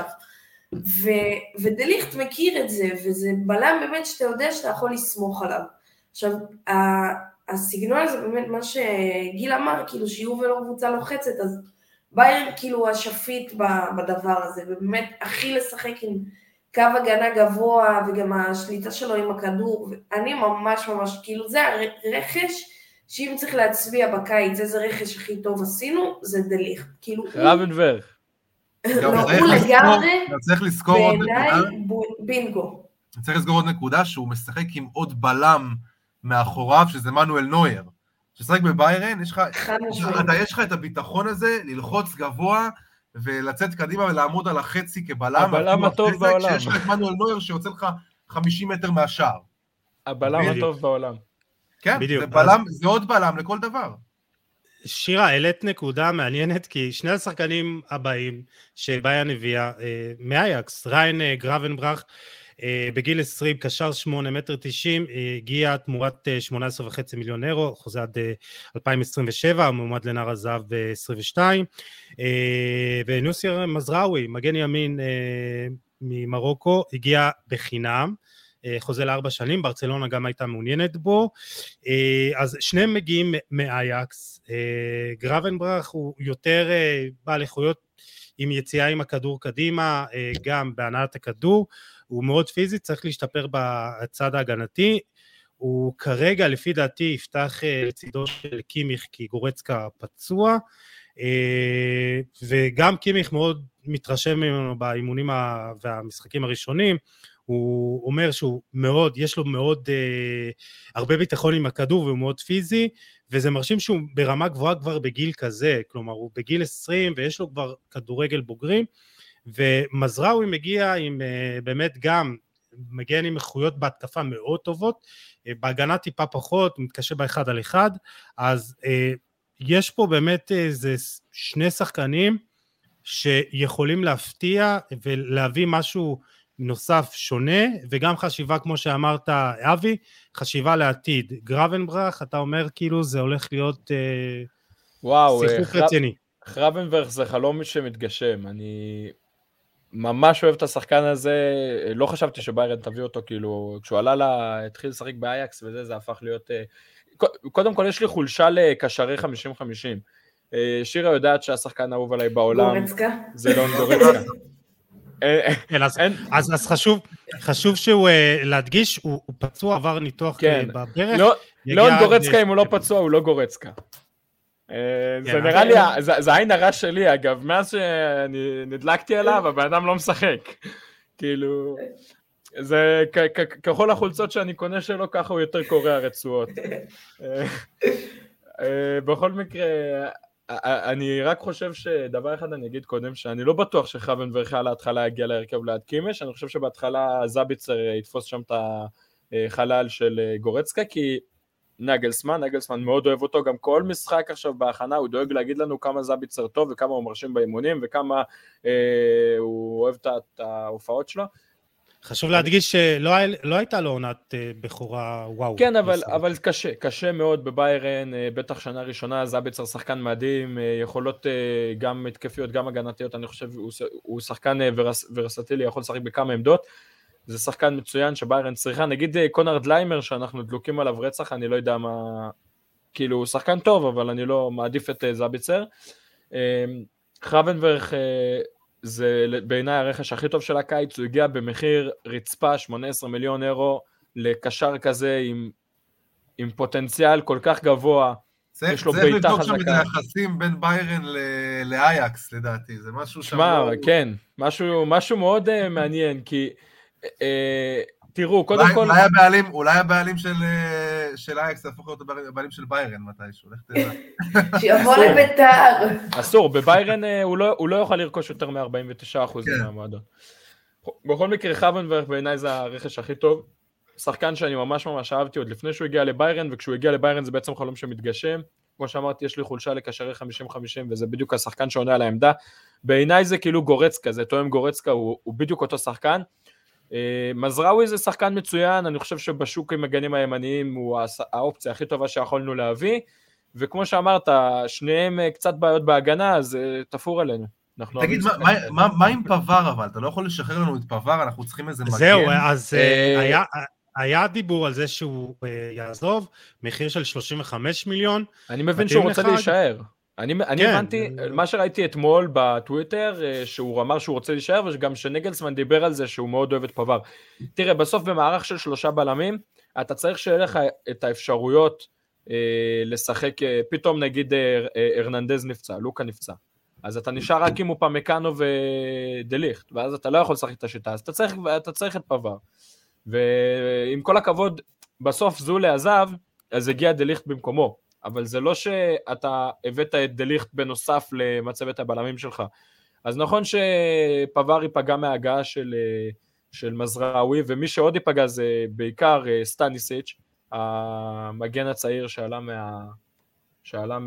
ודליכט מכיר את זה, וזה בלם באמת שאתה יודע שאתה יכול לסמוך עליו. עכשיו, הסגנון הזה באמת מה שגיל אמר, כאילו שיהיו ולא קבוצה לוחצת, אז ביירן כאילו השפיט בדבר הזה, ובאמת הכי לשחק עם קו הגנה גבוה, וגם השליטה שלו עם הכדור, ואני ממש כאילו זה הרכש, שאם צריך להצביע בקיץ, איזה רכש הכי טוב עשינו, זה דליכט, כאילו רבנברג. לא, הוא לגמרי, צריך לזכור עוד בעיניי בינגו. צריך לזכור עוד נקודה, שהוא משחק עם עוד בלם מאחוריו, שזה מנואל נויר. ששחק בביירן, יש לך את הביטחון הזה, ללחוץ גבוה, ולצאת קדימה ולעמוד על החצי כבלם. הבלם הטוב בעולם. כשיש לך את מנואל נויר שיוצא לך 50 מטר מהשער. הבלם הטוב בעולם. כן, זה עוד בלם לכל דבר. שירה, העלית נקודה מעניינת, כי שני השחקנים הבאים שביירן הביאה מאייקס, ריין גרבנברך, בגיל 20, קשר 8 מטר 90, הגיע תמורת 18.5 מיליון אירו, חוזה עד 2027, מועמד לנער הזהב ב-22, ונוסיר מזראוי, מגן ימין ממרוקו, הגיע בחינם, חוזה ל4 שנים, ברצלונה גם הייתה מעוניינת בו, אז שניהם מגיעים מאייקס, גרבנברך הוא יותר בעל איכויות עם יציאה עם הכדור קדימה, גם בהנעת הכדור, הוא מאוד פיזי, צריך להשתפר בצד ההגנתי, הוא כרגע לפי דעתי יפתח לצידו של קימיך כי גורצקה פצוע, וגם קימיך מאוד מתרשם ממנו באימונים והמשחקים הראשונים, הוא אומר שהוא מאוד, יש לו מאוד הרבה ביטחון עם הכדור והוא מאוד פיזי, וזה מרשים שהוא ברמה גבוהה כבר בגיל כזה, כלומר הוא בגיל 20 ויש לו כבר כדורגל בוגרים, ומזראוי מגיע עם באמת גם, מגיע עם איכויות בהתקפה מאוד טובות, בהגנה טיפה פחות, מתקשה באחד על אחד, אז יש פה באמת איזה שני שחקנים שיכולים להפתיע ולהביא משהו נוסף שונה, וגם חשיבה, כמו שאמרת, אבי, חשיבה לעתיד. גרבנברח, אתה אומר כאילו זה הולך להיות שיחוק רציני. גרבנברח זה חלום שמתגשם, אני ממש אוהב את השחקן הזה, לא חשבתי שביירן תביא אותו, כאילו, כשהוא עלה התחיל לשחק באייקס וזה, זה הפך להיות, קודם כל יש לי חולשה לקשרי 50-50, שירה יודעת שהשחקן האהוב עליי בעולם, גורצקה? זה לא גורצקה. אז חשוב שהוא להדגיש, הוא פצוע, עבר ניתוח בברך. לא גורצקה, אם הוא לא פצוע, הוא לא גורצקה. זה נראה לי, זה העין הרע שלי אגב, מאז שאני נדלקתי עליו, הבן אדם לא משחק. כאילו, זה ככל החולצות שאני קונה שלו, ככה הוא יותר קורא הרצועות. בכל מקרה, אני רק חושב שדבר אחד אני אגיד קודם, שאני לא בטוח שחרבנברח על ההתחלה יגיע להרכב ליד קימש, אני חושב שבהתחלה זביצר יתפוס שם את החלל של גורצקה, כי נגלסמן מאוד אוהב אותו, גם כל משחק עכשיו בהכנה, הוא דואג להגיד לנו כמה זביצר טוב, וכמה הוא מרשים באימונים, וכמה הוא אוהב את ההופעות שלו. חשוב להדגיש שלא הייתה לו עונת בחורה וואו. כן, אבל קשה מאוד בביירן, בטח שנה ראשונה, זביצר שחקן מדהים, יכולות גם התקפיות, גם הגנתיות, אני חושב, הוא שחקן ורסטילי, יכול לשחק בכמה עמדות, זה שחקן מצוין שביירן צריכה, נגיד קונרד ליימר שאנחנו דלוקים עליו רצח, אני לא יודע מה, כאילו הוא שחקן טוב, אבל אני לא מעדיף את זביצר. גרבנברח זה בעיניי הרכש הכי טוב של הקיץ, הוא הגיע במחיר רצפה 18 מיליון אירו, לקשר כזה עם פוטנציאל כל כך גבוה, יש לו בעיטה חזקה. צריך לבדוק שם את היחסים בין ביירן לאייקס לדעתי, זה משהו שם לא... כן, משהו מאוד מעניין, כי תראו, קודם כל... אולי הבעלים של אייקס יהפוך להיות הבעלים של ביירן מתישהו, לך תדע. שיבוא לביתר. אסור, בביירן הוא לא יוכל לרכוש יותר מ-49% מהמועדון. בכל מקרה, גרבנברח בעיניי זה הרכש הכי טוב, שחקן שאני ממש אהבתי עוד לפני שהוא הגיע לביירן, וכשהוא הגיע לביירן זה בעצם חלום שמתגשם, כמו שאמרתי, יש לי חולשה לקשרי 50-50, וזה בדיוק השחקן שעונה על העמדה, בעיניי זה כאילו גורצקה, זה תואם גורצקה, הוא בדיוק אותו שחקן, מזראוי זה שחקן מצוין, אני חושב שבשוק עם הגנים הימניים הוא האופציה הכי טובה שיכולנו להביא, וכמו שאמרת, שניהם קצת בעיות בהגנה, אז תפור עלינו. תגיד, מה עם פבר אבל? אתה לא יכול לשחרר לנו את פבר, אנחנו צריכים איזה מגן. זהו, אז היה דיבור על זה שהוא יעזוב, מחיר של 35 מיליון. אני מבין שהוא רוצה להישאר. אני הבנתי, מה שראיתי אתמול בטוויטר, שהוא אמר שהוא רוצה להישאר, וגם שנגלסמן דיבר על זה שהוא מאוד אוהב את פבר. תראה, בסוף במערך של 3 בלמים, אתה צריך שיהיה לך את האפשרויות לשחק, פתאום נגיד הרננדז נפצע, לוקה נפצע, אז אתה נשאר רק עם אופמקאנו ודליכט, ואז אתה לא יכול לשחק את השיטה, אז אתה צריך את פבר. ועם כל הכבוד, בסוף זולה עזב, אז הגיע דליכט במקומו, אבל זה לא שאתה הבאת את דליכט בנוסף למצבת הבלמים שלך. אז נכון שפבר ייפגע מההגעה של מזראוי, ומי שעוד ייפגע זה בעיקר סטניסיץ', המגן הצעיר שעלה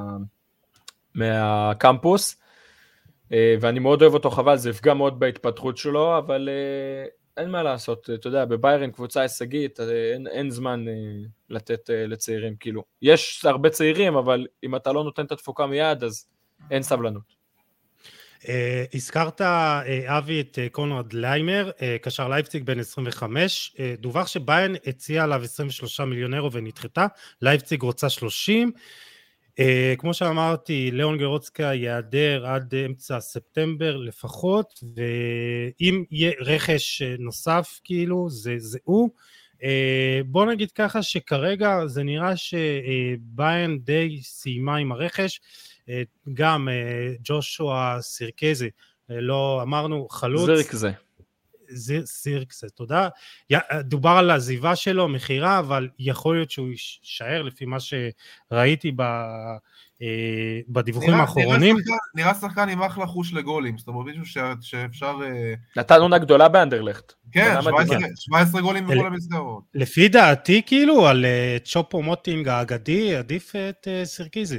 מהקמפוס, ואני מאוד אוהב אותו, חבל, זה יפגע מאוד בהתפתחות שלו, אבל אין מה לעשות, אתה יודע, בביירן קבוצה הישגית, אין זמן לתת לצעירים, כאילו, יש הרבה צעירים, אבל אם אתה לא נותן את התפוקה מיד, אז אין סבלנות. הזכרת, אבי, את קונרד ליימר, קשר לייפציג בן 25, דווח שביירן הציע עליו 23 מיליון אירו ונדחתה, לייפציג רוצה 30, כמו שאמרתי, ליאון גורצקה יעדר עד אמצע ספטמבר לפחות, ואם יהיה רכש נוסף, כאילו, זה הוא. בוא נגיד ככה שכרגע זה נראה שביירן די סיימה עם הרכש, גם ג'ושוע סירקזי, לא אמרנו חלוץ. סירקזה, תודה. דובר על העזיבה שלו, מחירה, אבל יכול להיות שהוא יישאר לפי מה שראיתי בדיווחים האחרונים. נראה שחקן עם אחלה חוש לגולים, זאת אומרת מישהו שאפשר... נתן עונה גדולה באנדרלכט. כן, 17 גולים בכל המסגרות. לפי דעתי כאילו על צ'ופו מוטינג האגדי, עדיף את סירקיזי.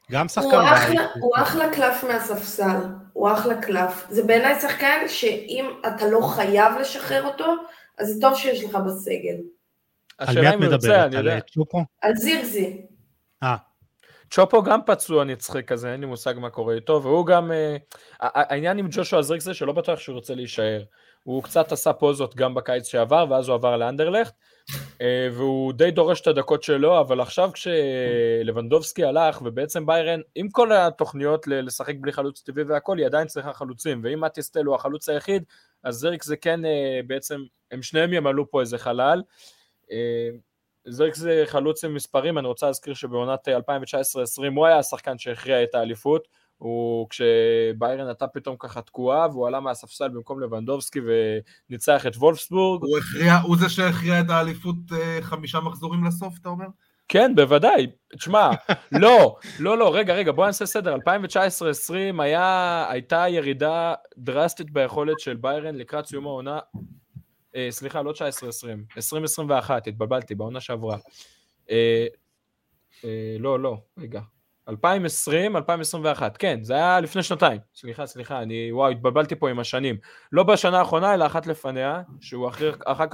גם שחקן בית. הוא אחלה קלף מהספסל, הוא אחלה קלף. זה בעיניי שחקן שאם אתה לא חייב לשחרר אותו, אז זה טוב שיש לך בסגל. על מי את מדברת? על צ'ופו? על זירזי. צ'ופו גם פצוע נצחק כזה, אין לי מושג מה קורה איתו, והוא גם, העניין עם ג'ושוע זירקסה שלא בטוח שהוא רוצה להישאר, הוא קצת עשה פוזות גם בקיץ שעבר, ואז הוא עבר לאנדרלכט, והוא די דורש את הדקות שלו, אבל עכשיו כשלבנדובסקי הלך, ובעצם ביירן, עם כל התוכניות לשחק בלי חלוץ טבעי והכל, היא עדיין צריכה חלוצים, ואם מטיסטל הוא החלוץ היחיד, אז זירקס זה כן בעצם, הם שניהם ימלאו פה איזה חלל, זירקס זה חלוץ עם מספרים, אני רוצה להזכיר שבעונת 2019-2020 הוא היה השחקן שהכריע את האליפות, כשביירן הייתה פתאום ככה תקועה, והוא עלה מהספסל במקום לבנדובסקי וניצח את וולפסבורג. הוא זה שהכריע את האליפות 5 מחזורים לסוף, אתה אומר? כן, בוודאי. תשמע, לא, רגע, בוא נעשה סדר. 2019-2020 הייתה ירידה דרסטית ביכולת של ביירן לקראת סיום העונה, סליחה, לא 19-20, 2021, התבלבלתי, בעונה שעברה. לא, רגע. 2020, 2021, כן, זה היה לפני שנתיים, סליחה, התבלבלתי פה עם השנים, לא בשנה האחרונה, אלא אחת לפניה, שהוא אחר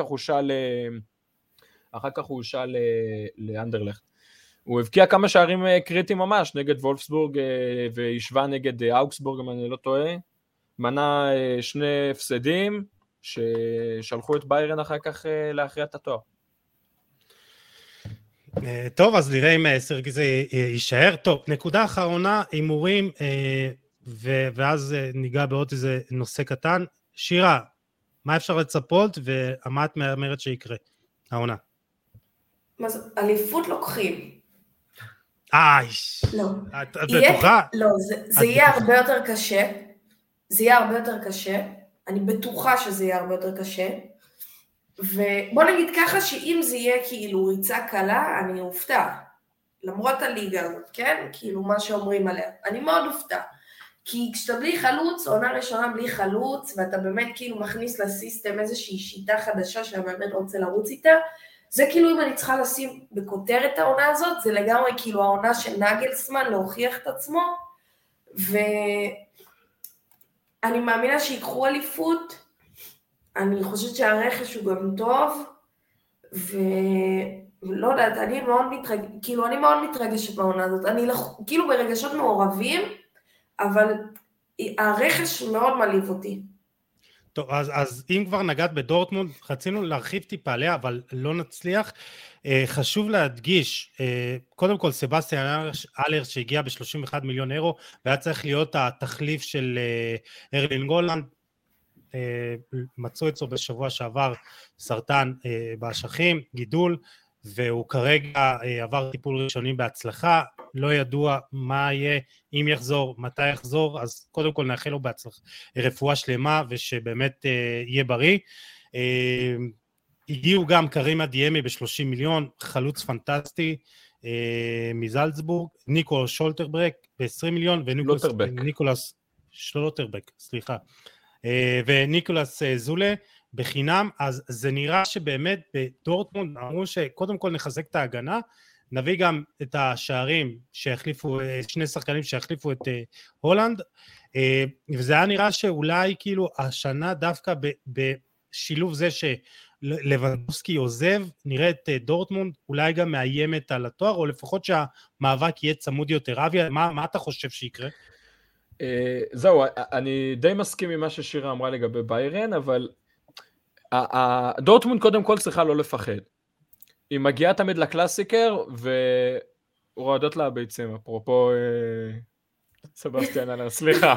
כך הוא הושע לאנדרלכט, הוא הבקיע כמה שערים קריטיים ממש, נגד וולפסבורג, וישבה נגד אוקסבורג, אם אני לא טועה, מנה 2 הפסדים, ששלחו את ביירן אחר כך להכריע את התואר. טוב, אז נראה אם סרגי זה יישאר. טוב, נקודה אחרונה, הימורים, ואז ניגע בעוד איזה נושא קטן. שירה, מה אפשר לצפות, ומה את מאמרת שיקרה? העונה. אליפות לוקחים. לא. את בטוחה? לא, זה יהיה הרבה יותר קשה. זה יהיה הרבה יותר קשה. אני בטוחה שזה יהיה הרבה יותר קשה. ובוא נגיד ככה שאם זה יהיה כאילו ריצה קלה, אני אופתע. למרות הליגה הזאת, כן? כאילו מה שאומרים עליה. אני מאוד אופתע. כי כשאתה בלי חלוץ, עונה ראשונה בלי חלוץ, ואתה באמת כאילו מכניס לסיסטם איזושהי שיטה חדשה שהמאמן רוצה לרוץ איתה, זה כאילו אם אני צריכה לשים בכותרת העונה הזאת, זה לגמרי כאילו העונה של נגלסמן להוכיח את עצמו, ואני מאמינה שיקחו אליפות, אני חושבת שהרכש הוא גם טוב, ולא יודעת, אני מאוד מתרגשת בעונה הזאת, אני כאילו ברגשות מעורבים, אבל הרכש מאוד מליב אותי. טוב, אז אם כבר נגעת בדורטמונד, רצינו להרחיב טיפה עליה, אבל לא נצליח. חשוב להדגיש, קודם כל סבסטיאן אלר שהגיע ב-31 מיליון אירו, והיה צריך להיות התחליף של ארלינג הולנד, מצאו אצלו בשבוע שעבר סרטן באשכים, גידול, והוא כרגע עבר טיפול ראשוני בהצלחה, לא ידוע מה יהיה, אם יחזור, מתי יחזור, אז קודם כל נאחל לו בהצלחה, רפואה שלמה, ושבאמת יהיה בריא. הגיעו גם קרימה דיאמי ב-30 מיליון, חלוץ פנטסטי, מזלצבורג, ניקו שולטרברק ב-20 מיליון, וניקולס שלוטרבק, סליחה, וניקולס זולה בחינם. אז זה נראה שבאמת בדורטמונד אמרו שקודם כל נחזק את ההגנה, נביא גם את השערים שהחליפו, 2 שחקנים שהחליפו את הולנד, וזה היה נראה שאולי כאילו השנה דווקא בשילוב זה שלבנדובסקי עוזב, נראה את דורטמונד אולי גם מאיימת על התואר, או לפחות שהמאבק יהיה צמוד יותר. אבי, מה אתה חושב שיקרה? זהו, אני די מסכים עם מה ששירה אמרה לגבי ביירן, אבל דורטמונד קודם כל צריכה לא לפחד. היא מגיעה תמיד לקלאסיקר, ורועדות לה הביצים, אפרופו סבסטיאן אלר, סליחה.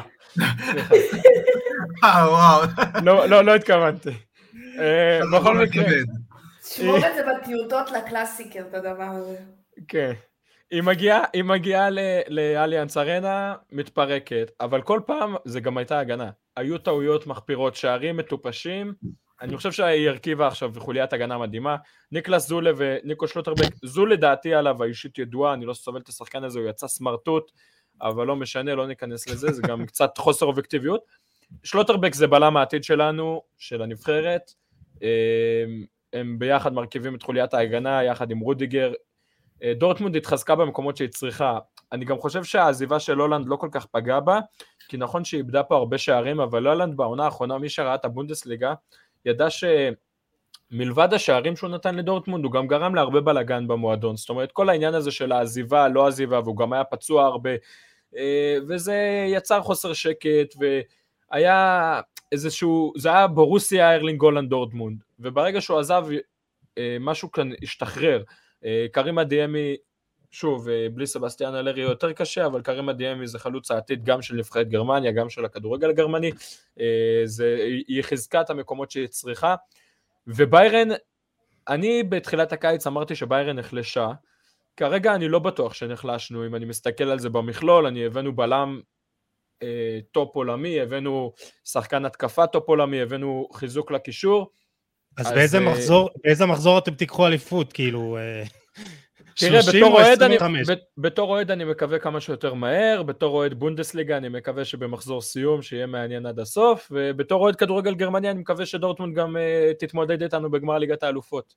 וואו. לא התכוונתי. בכל מקרה. שמור את זה בטיוטות לקלאסיקר, את הדבר הזה. כן. היא מגיעה לאליאנס ארנה, מתפרקת, אבל כל פעם זה גם הייתה הגנה. היו טעויות מחפירות, שערים מטופשים, אני חושב שהיא הרכיבה עכשיו וחוליית הגנה מדהימה, ניקלס זולה וניקו שלוטרבק, זולה דעתי עליו, האישית ידועה, אני לא סובל את השחקן הזה, הוא יצא סמרטוט, אבל לא משנה, לא ניכנס לזה, זה גם קצת חוסר אובייקטיביות. שלוטרבק זה בלם העתיד שלנו, של הנבחרת, הם ביחד מרכיבים את חוליית ההגנה, יחד עם רודיגר, דורטמונד התחזקה במקומות שהיא צריכה, אני גם חושב שהעזיבה של הולנד לא כל כך פגעה בה, כי נכון שהיא איבדה פה הרבה שערים, אבל הולנד בעונה האחרונה, מי שראה את הבונדסליגה, ידע שמלבד השערים שהוא נתן לדורטמונד, הוא גם גרם להרבה בלגן במועדון, זאת אומרת, כל העניין הזה של העזיבה, לא עזיבה, והוא גם היה פצוע הרבה, וזה יצר חוסר שקט, והיה איזשהו, זה היה בורוסיה, ארלינג הולנד דורטמונד, וברגע שהוא עזב, משהו כאן השתחרר, קרים אדיאמי, שוב, בלי סבסטיאן אלרי יותר קשה, אבל קרים אדיאמי זה חלוץ העתיד גם של נבחרת גרמניה, גם של הכדורגל הגרמני, היא חזקת המקומות שהיא צריכה, וביירן, אני בתחילת הקיץ אמרתי שביירן נחלשה, כרגע אני לא בטוח שנחלשנו, אם אני מסתכל על זה במכלול, הבאנו בלם טופ עולמי, הבאנו שחקן התקפה טופ עולמי, הבאנו חיזוק לקישור. אז באיזה מחזור אתם תיקחו אליפות, כאילו... תראה, בתור אוהד אני מקווה כמה שיותר מהר, בתור אוהד בונדסליגה אני מקווה שבמחזור סיום שיהיה מעניין עד הסוף, ובתור אוהד כדורגל גרמניה אני מקווה שדורטמונד גם תתמודד איתנו בגמר ליגת האלופות.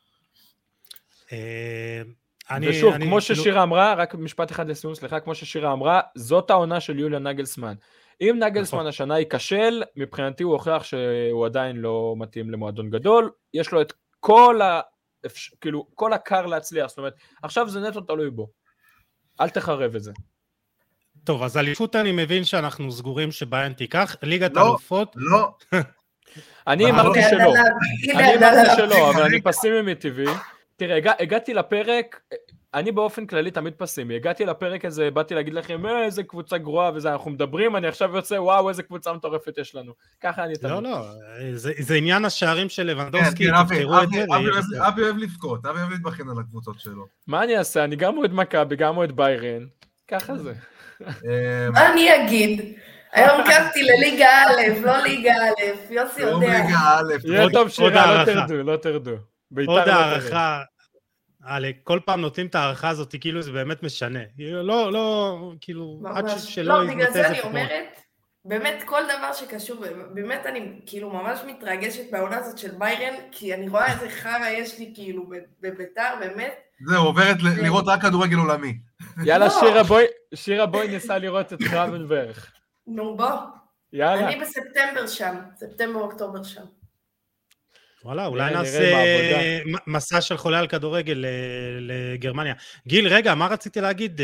ושוב, כמו ששירה אמרה, רק משפט אחד לסיום, סליחה, כמו ששירה אמרה, זאת העונה של יוליאן נגלסמן. אם נגלסמן השנה ייכשל, מבחינתי הוא הוכיח שהוא עדיין לא מתאים למועדון גדול, יש לו את כל הקר להצליח, זאת אומרת, עכשיו זה נטו תלוי בו. אל תחרב את זה. טוב, אז אליפות אני מבין שאנחנו סגורים שביירן תיקח, ליגת האלופות. לא. אני אמרתי שלא, אבל אני פסימי מטבעי. תראה, הגעתי לפרק, אני באופן כללי תמיד פסימי, הגעתי לפרק הזה, באתי להגיד לכם, איזה קבוצה גרועה וזה, אנחנו מדברים, אני עכשיו יוצא, וואו, איזה קבוצה מטורפת יש לנו. ככה אני תמיד. לא, זה עניין השערים של לבנדובסקי, תפתרו את זה. אבי אוהב לבכות, אבי אוהב להתבחן על הקבוצות שלו. מה אני אעשה? אני גם אוהד מכבי, גם אוהד ביירן, ככה זה. מה אני אגיד? היום קמתי לליגה א', לא ליגה א', יוסי יודע. יהיה טוב שירה, לא תרדו. עוד הערכה, כל פעם נותנים את הערכה הזאת, כאילו זה באמת משנה. לא, כאילו, עד שלא... לא, בגלל זה אני אומרת, באמת כל דבר שקשור, באמת אני כאילו ממש מתרגשת בעונה הזאת של ביירן, כי אני רואה איזה חרא יש לי כאילו בביתר, באמת. זהו, עוברת לראות רק כדורגל עולמי. יאללה, שירה בואי ניסה לראות את גרבנברג. נו בוא. יאללה. אני בספטמבר שם, ספטמבר-אוקטובר שם. וואלה, אולי נעשה מסע של חולה על כדורגל לגרמניה. גיל, רגע, מה רציתי להגיד?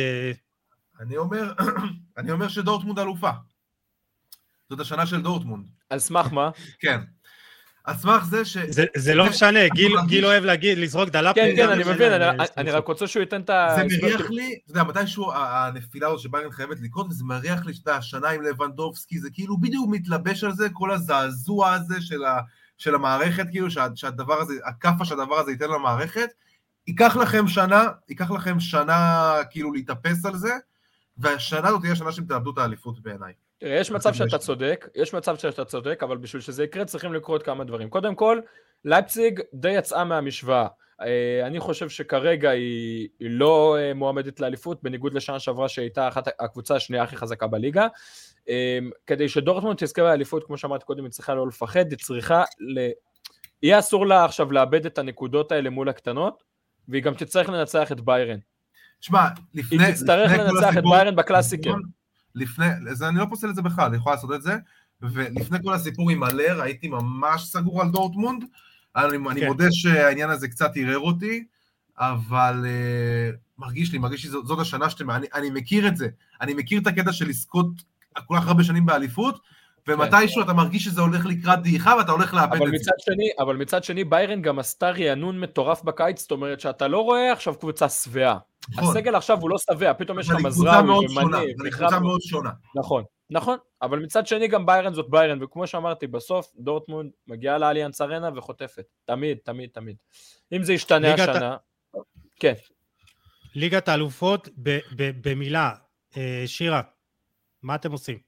אני אומר שדורטמונד אלופה. זאת השנה של דורטמונד. על סמך מה? כן. על סמך זה ש... זה לא משנה, גיל אוהב להגיד, לזרוק דלפ. כן, אני מבין, אני רק רוצה שהוא ייתן את ה... זה מריח לי, אתה יודע, מתישהו הנפילה הזאת שביירן חייבת לקרות, וזה מריח לי שאתה השנה עם לבנדובסקי, זה כאילו בדיוק מתלבש על זה, כל הזעזוע הזה של המערכת, כאילו שהדבר הזה, הכפה שהדבר הזה ייתן למערכת, ייקח לכם שנה כאילו להתאפס על זה, והשנה הזאת תהיה שנה שאתם תאבדו את האליפות בעיניי. תראה, יש מצב שאתה צודק, אבל בשביל שזה יקרה צריכים לקרות כמה דברים. קודם כל, לייפציג די יצאה מהמשוואה. אני חושב שכרגע היא לא מועמדת לאליפות, בניגוד לשנה שעברה שהייתה אחת הקבוצה השנייה הכי חזקה בליגה. כדי שדורטמונד תזכה באליפות, כמו שאמרתי קודם, היא צריכה לא לפחד, היא צריכה יהיה אסור לה עכשיו לאבד את הנקודות האלה מול הקטנות, והיא גם תצטרך לנצח את ביירן. שמע, היא תצטרך לנצח את ביירן בקלאסיקר. אז אני לא פוסל את זה בכלל, אני יכול לעשות את זה, ולפני כל הסיפור עם אלר, הייתי ממש סגור על דורטמונד, אני מודה שהעניין הזה קצת ערער אותי, אבל מרגיש לי זאת השנה שאתם, אני מכיר את זה, אני מכיר את הקטע של לזכות כל כך הרבה שנים באליפות, ומתישהו אתה מרגיש שזה הולך לקראת דעיכה, ואתה הולך לאבד את זה. אבל מצד שני, ביירן גם עשתה רענון מטורף בקיץ, זאת אומרת שאתה לא רואה עכשיו קבוצה שבעה. הסגל עכשיו הוא לא שבע, פתאום יש לך מזרעוי ומני. זה קבוצה מאוד שונה. נכון, אבל מצד שני גם ביירן זאת ביירן, וכמו שאמרתי, בסוף דורטמונד מגיעה לאליאנס ארנה וחוטפת. תמיד. אם זה ישתנה השנה, כן. ליגת האלופות, במילה, שירה, מה אתם עושים?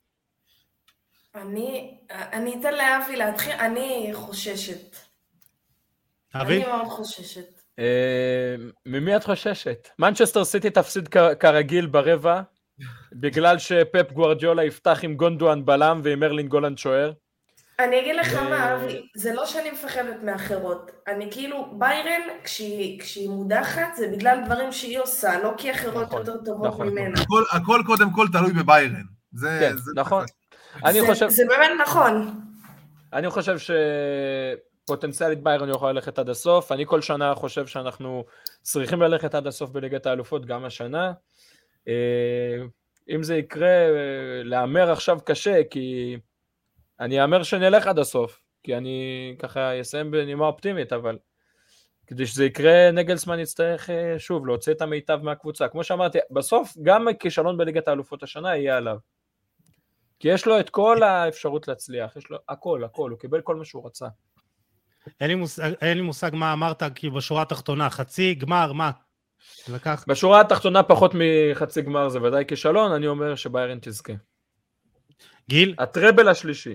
אני אתן לאבי להתחיל, אני חוששת. אבי? אני מאוד חוששת. ממי את חוששת? מנצ'סטר סיטי תפסיד כרגיל ברבע, בגלל שפפ גוארדיולה יפתח עם גונדואן בלם ועם ארלינג הולנד שוער. אני אגיד לך מה, אבי, זה לא שאני מפחדת מאחרות. אני כאילו, ביירן, כשהיא מודחת, זה בגלל דברים שהיא עושה, לא כי אחרות יותר טובות ממנה. הכל קודם כל תלוי בביירן. כן, נכון. זה באמת נכון. אני חושב שפוטנציאלית ביירן יוכל ללכת עד הסוף. אני כל שנה חושב שאנחנו צריכים ללכת עד הסוף בליגת האלופות, גם השנה. אם זה יקרה, לאמר עכשיו קשה, כי אני אאמר שנלך עד הסוף, כי אני ככה אסיים בנימה אופטימית, אבל כדי שזה יקרה, נגלסמן יצטרך שוב להוציא את המיטב מהקבוצה. כמו שאמרתי, בסוף גם כישלון בליגת האלופות השנה יהיה עליו. כי יש לו את כל האפשרות להצליח, יש לו הכל, הוא קיבל כל מה שהוא רצה. אין לי מושג מה אמרת, כי בשורה התחתונה, חצי גמר, מה? לקח? בשורה התחתונה פחות מחצי גמר זה ודאי כישלון, אני אומר שביירן תזכה. גיל? הטראבל השלישי.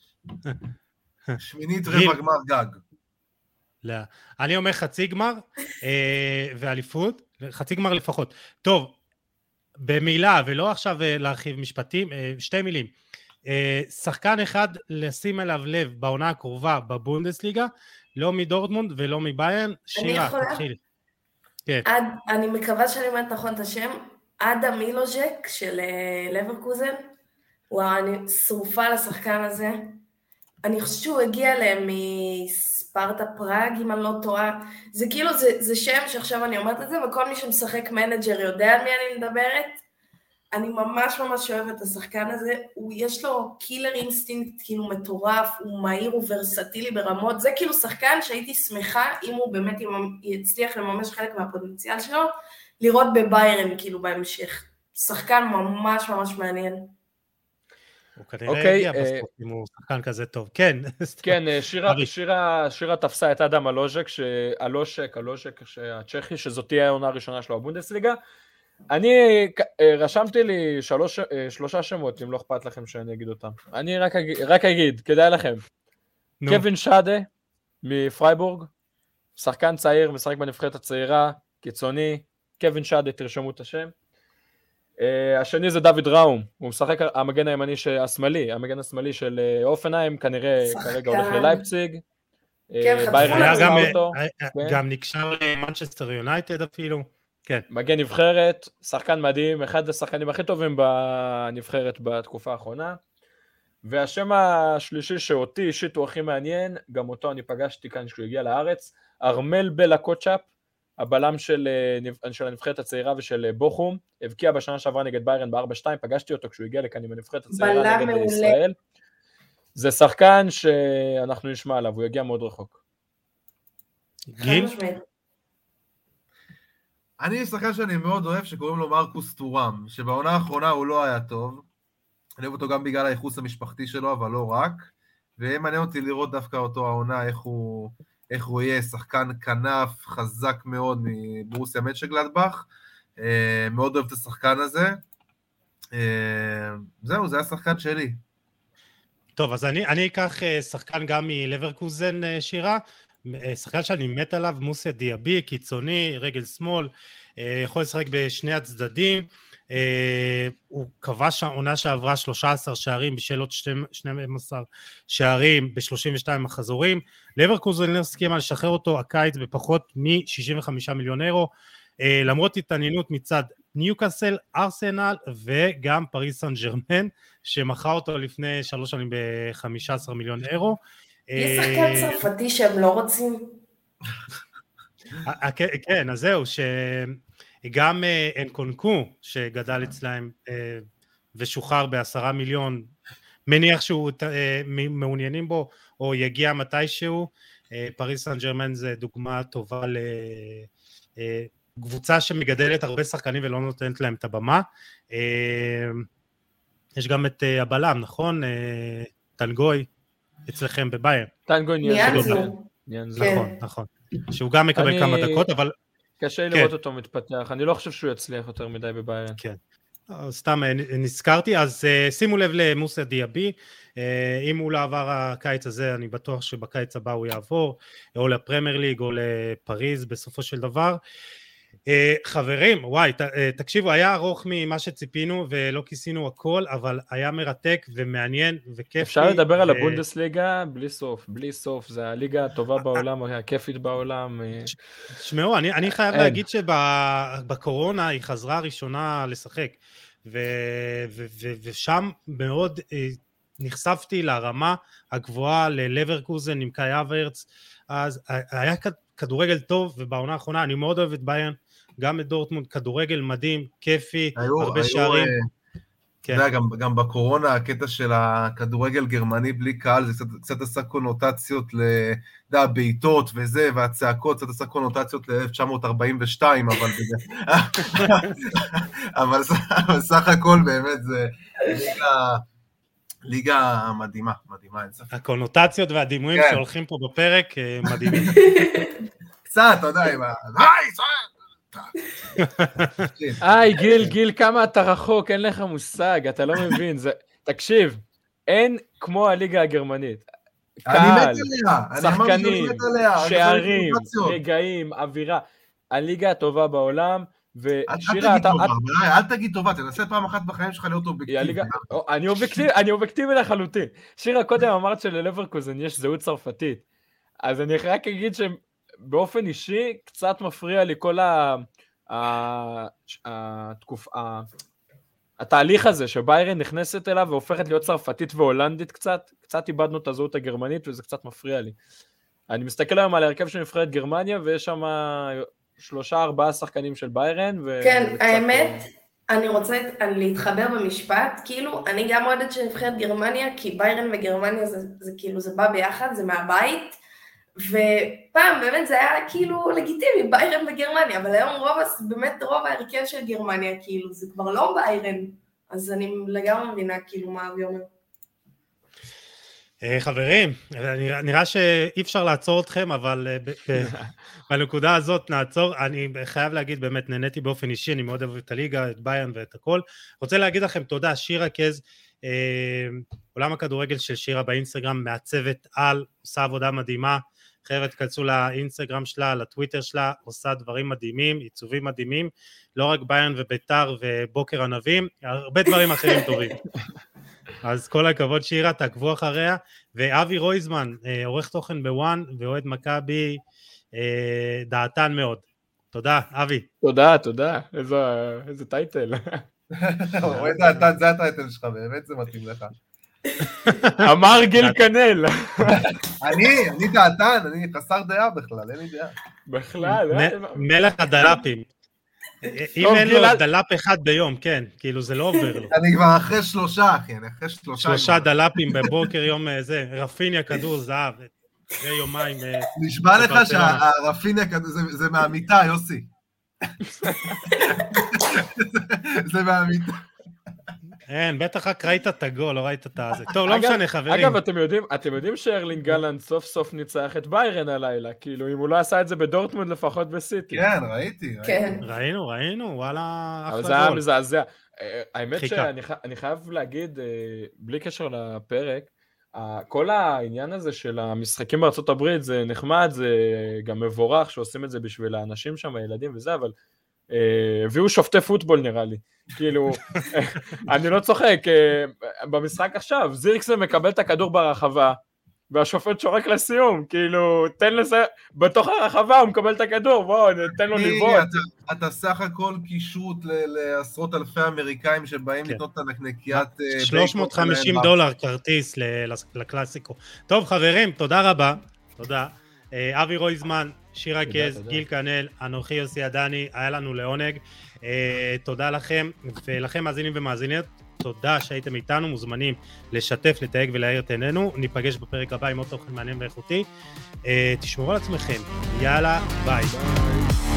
שמינית רבע גמר גג. לא. אני אומר חצי גמר ואליפות, חצי גמר לפחות. טוב, במילה, ולא עכשיו להרחיב משפטים, שתי מילים. שחקן אחד לשים אליו לב בעונה הקרובה בבונדסליגה, לא מדורטמונד ולא מביירן, שירה, תתחיל. כן. אני מקווה שאני אומרת נכון את השם, אדם מילוז'ק של לברקוזן, וואו, אני שרופה לשחקן הזה. אני חושבת שהוא הגיע אליהם מספרטה פראג, אם אני לא טועה. זה כאילו, זה שם שעכשיו אני אומרת את זה, וכל מי שמשחק מנג'ר יודע על מי אני מדברת. אני ממש ממש אוהבת את השחקן הזה. יש לו קילר אינסטינקט כאילו מטורף, הוא מהיר, הוא ורסטילי ברמות. זה כאילו שחקן שהייתי שמחה, אם הוא באמת יצליח לממש חלק מהפוטנציאל שלו, לראות בביירן כאילו בהמשך. שחקן ממש ממש מעניין. הוא כנראה הגיע בסוף, אם הוא שחקן כזה טוב. כן. כן, שירה תפסה את אדם אלושק, הצ'כי, שזאת תהיה העונה הראשונה שלו בבונדסליגה. אני רשמתי לי 3 שמות, אם לא אכפת לכם שאני אגיד אותם. אני רק אגיד, כדאי לכם. קווין שדה מפרייבורג, שחקן צעיר, משחק בנבחרת הצעירה, קיצוני, קווין שדה, תרשמו את השם. השני זה דוד ראום, הוא משחק המגן הימני המגן השמאלי של אופנהיים, כנראה כרגע הולך ללייפציג. גם נקשר למנצ'סטר יונייטד אפילו. כן. מגן נבחרת, שחקן מדהים, אחד השחקנים הכי טובים בנבחרת בתקופה האחרונה. והשם השלישי שאותי אישית הוא הכי מעניין, גם אותו אני פגשתי כאן כשהוא הגיע לארץ, ארמל בלה קוצ'אפ, הבלם של הנבחרת הצעירה ושל בוחום, הבקיע בשנה שעברה נגד ביירן ב-4-2, פגשתי אותו כשהוא הגיע לכאן עם הנבחרת הצעירה נגד ישראל. זה שחקן שאנחנו נשמע עליו, הוא יגיע מאוד רחוק. גיל? אני שחקן שאני מאוד אוהב שקוראים לו מרקוס טורם, שבעונה האחרונה הוא לא היה טוב, אני אוהב אותו גם בגלל הייחוס המשפחתי שלו, אבל לא רק, ומעניין אותי לראות דווקא אותו העונה, איך הוא יהיה שחקן כנף חזק מאוד מברוסיה מנצ'נגלדבך, מאוד אוהב את השחקן הזה, זהו, זה השחקן שלי. טוב, אז אני אקח שחקן גם מלברקוזן שירה, שחקן שאני מת עליו, מוסיה דיאבי, קיצוני, רגל שמאל, יכול לשחק בשני הצדדים, הוא כבש עונה שעברה 13 שערים בשל עוד 12 שערים ב-32 מחזורים, לברקוזן הסכימה לשחרר אותו הקיץ בפחות מ-65 מיליון אירו, למרות התעניינות מצד ניוקאסל, ארסנל וגם פריס סן ז'רמן, שמכר אותו לפני 3 שנים ב-15 מיליון אירו. יש שחקן צרפתי שהם לא רוצים? כן, אז זהו, שגם אנקונקו, שגדל אצלהם ושוחרר ב10 מיליון, מניח שהוא מעוניינים בו, או יגיע מתישהו, פריס סן ז'רמן זה דוגמה טובה לקבוצה שמגדלת הרבה שחקנים ולא נותנת להם את הבמה. יש גם את הבלם, נכון? טנגוי, אצלכם בביירן. טנגוי ניאנזו. נכון. שהוא גם מקבל כמה דקות, אבל... קשה לראות אותו מתפתח, אני לא חושב שהוא יצליח יותר מדי בביירן. כן. סתם נזכרתי, אז שימו לב למוסיה דיאבי, אם הוא לא עבר הקיץ הזה, אני בטוח שבקיץ הבא הוא יעבור, או לפרמייר ליג או לפריז בסופו של דבר. חברים, וואי, תקשיבו, היה ארוך ממה שציפינו ולא כיסינו הכל, אבל היה מרתק ומעניין וכיפי. אפשר לדבר על הבונדסליגה בלי סוף, זה הליגה הטובה בעולם, הכיפית בעולם. שמעו, אני חייב להגיד שבקורונה היא חזרה ראשונה לשחק, ושם מאוד נחשפתי לרמה הגבוהה ללברקוזן עם קאי אברץ, אז היה כדורגל טוב, ובעונה האחרונה אני מאוד אוהב את ביירן, גם את דורטמונד, כדורגל מדהים, כיפי, הרבה שערים. אתה יודע, גם בקורונה, הקטע של הכדורגל גרמני בלי קהל, זה קצת עשה קונוטציות לבעיטות וזה, והצעקות, קצת עשה קונוטציות ל-1942, אבל סך הכל באמת זה ליגה מדהימה, אין ספק. הקונוטציות והדימויים שהולכים פה בפרק מדהימים. קצת, אתה יודע, גיל, כמה אתה רחוק, אין לך מושג, אתה לא מבין, תקשיב, אין כמו הליגה הגרמנית, קהל, שחקנים, שערים, רגעים, אווירה, הליגה הטובה בעולם, ושירה, אל תגיד טובה, תנסה פעם אחת בחיים שלך להיות אובייקטיבי. אני אובייקטיבי לחלוטין. שירה, קודם אמרת שללברקוזן יש זהות צרפתית, אז אני רק אגיד שבאופן אישי קצת מפריע לי כל התהליך הזה שביירן נכנסת אליו והופכת להיות צרפתית והולנדית קצת איבדנו את הזהות הגרמנית וזה קצת מפריע לי. אני מסתכל היום על ההרכב של נבחרת גרמניה ויש שם 3-4 שחקנים של ביירן. כן, האמת, אני רוצה להתחבר במשפט, כאילו אני גם אוהדת של נבחרת גרמניה, כי ביירן וגרמניה זה כאילו זה בא ביחד, זה מהבית, ופעם באמת זה היה כאילו לגיטימי, ביירן וגרמניה, אבל היום באמת רוב ההרכב של גרמניה, כאילו זה כבר לא ביירן, אז אני לגמרי מבינה כאילו מה אבי אומר. חברים, נראה שאי אפשר לעצור אתכם, אבל בנקודה הזאת נעצור. אני חייב להגיד, באמת נהניתי באופן אישי, אני מאוד אוהב את הליגה, את ביירן ואת הכל. רוצה להגיד לכם תודה, שירה קז, עולם הכדורגל של שירה באינסטגרם, מעצבת על, עושה עבודה מדהימה, חבר'ה תכנסו לאינסטגרם שלה, לטוויטר שלה, עושה דברים מדהימים, עיצובים מדהימים, לא רק ביירן וביתר ובוקר ענבים, הרבה דברים אחרים טובים. אז כל הכבוד שירה, תעקבו אחריה, ואבי רויזמן, עורך תוכן בוואן, ואוהד מכבי, דעתן מאוד. תודה, אבי. תודה, איזה טייטל. אוהד דעתן, זה הטייטל שלך, באמת זה מתאים לך. אמר גיל קנל. אני דעתן, אני חסר דעה בכלל, אין לי דעה. בכלל, מלך הדלפים. אם אין לו דלפ אחד ביום, כן, כאילו זה לא עובר לו. אני כבר אחרי 3, אחי, אחרי 3 דלפים בבוקר יום זה, רפיניה כדור זהב, אחרי יומיים. נשבע לך שהרפיניה כדור, זה מהמיטה, יוסי. זה מהמיטה. אין, בטח רק ראית את הגול, לא ראית את זה. טוב, לא משנה, חברים. אגב, אתם יודעים שארלינג גלנד סוף סוף ניצח את ביירן הלילה, כאילו, אם הוא לא עשה את זה בדורטמונד, לפחות בסיטי. כן, ראיתי. ראינו, וואלה, אבל זה היה מזעזע. האמת שאני חייב להגיד, בלי קשר לפרק, כל העניין הזה של המשחקים בארצות הברית, זה נחמד, זה גם מבורך שעושים את זה בשביל האנשים שם, הילדים וזה, אבל הביאו שופטי פוטבול נראה לי, כאילו, אני לא צוחק, במשחק עכשיו, זירקסן מקבל את הכדור ברחבה, והשופט שורק לסיום, כאילו, תן לזה, בתוך הרחבה הוא מקבל את הכדור, בואו, תן לו לבעוט. אתה סך הכל קישוט לעשרות אלפי אמריקאים שבאים לתנות את הנקניקיית... $350 כרטיס לקלאסיקו. טוב חברים, תודה רבה, תודה. אבי רויזמן, שירה קז, גיל קנל, אנוכי יוסי עדני, היה לנו לעונג. תודה לכם, ולכם מאזינים ומאזינות, תודה שהייתם איתנו, מוזמנים לשתף, לתייג ולהאיר את עינינו. ניפגש בפרק הבא עם עוד תוכן מעניין ואיכותי. תשמרו על עצמכם, יאללה, ביי.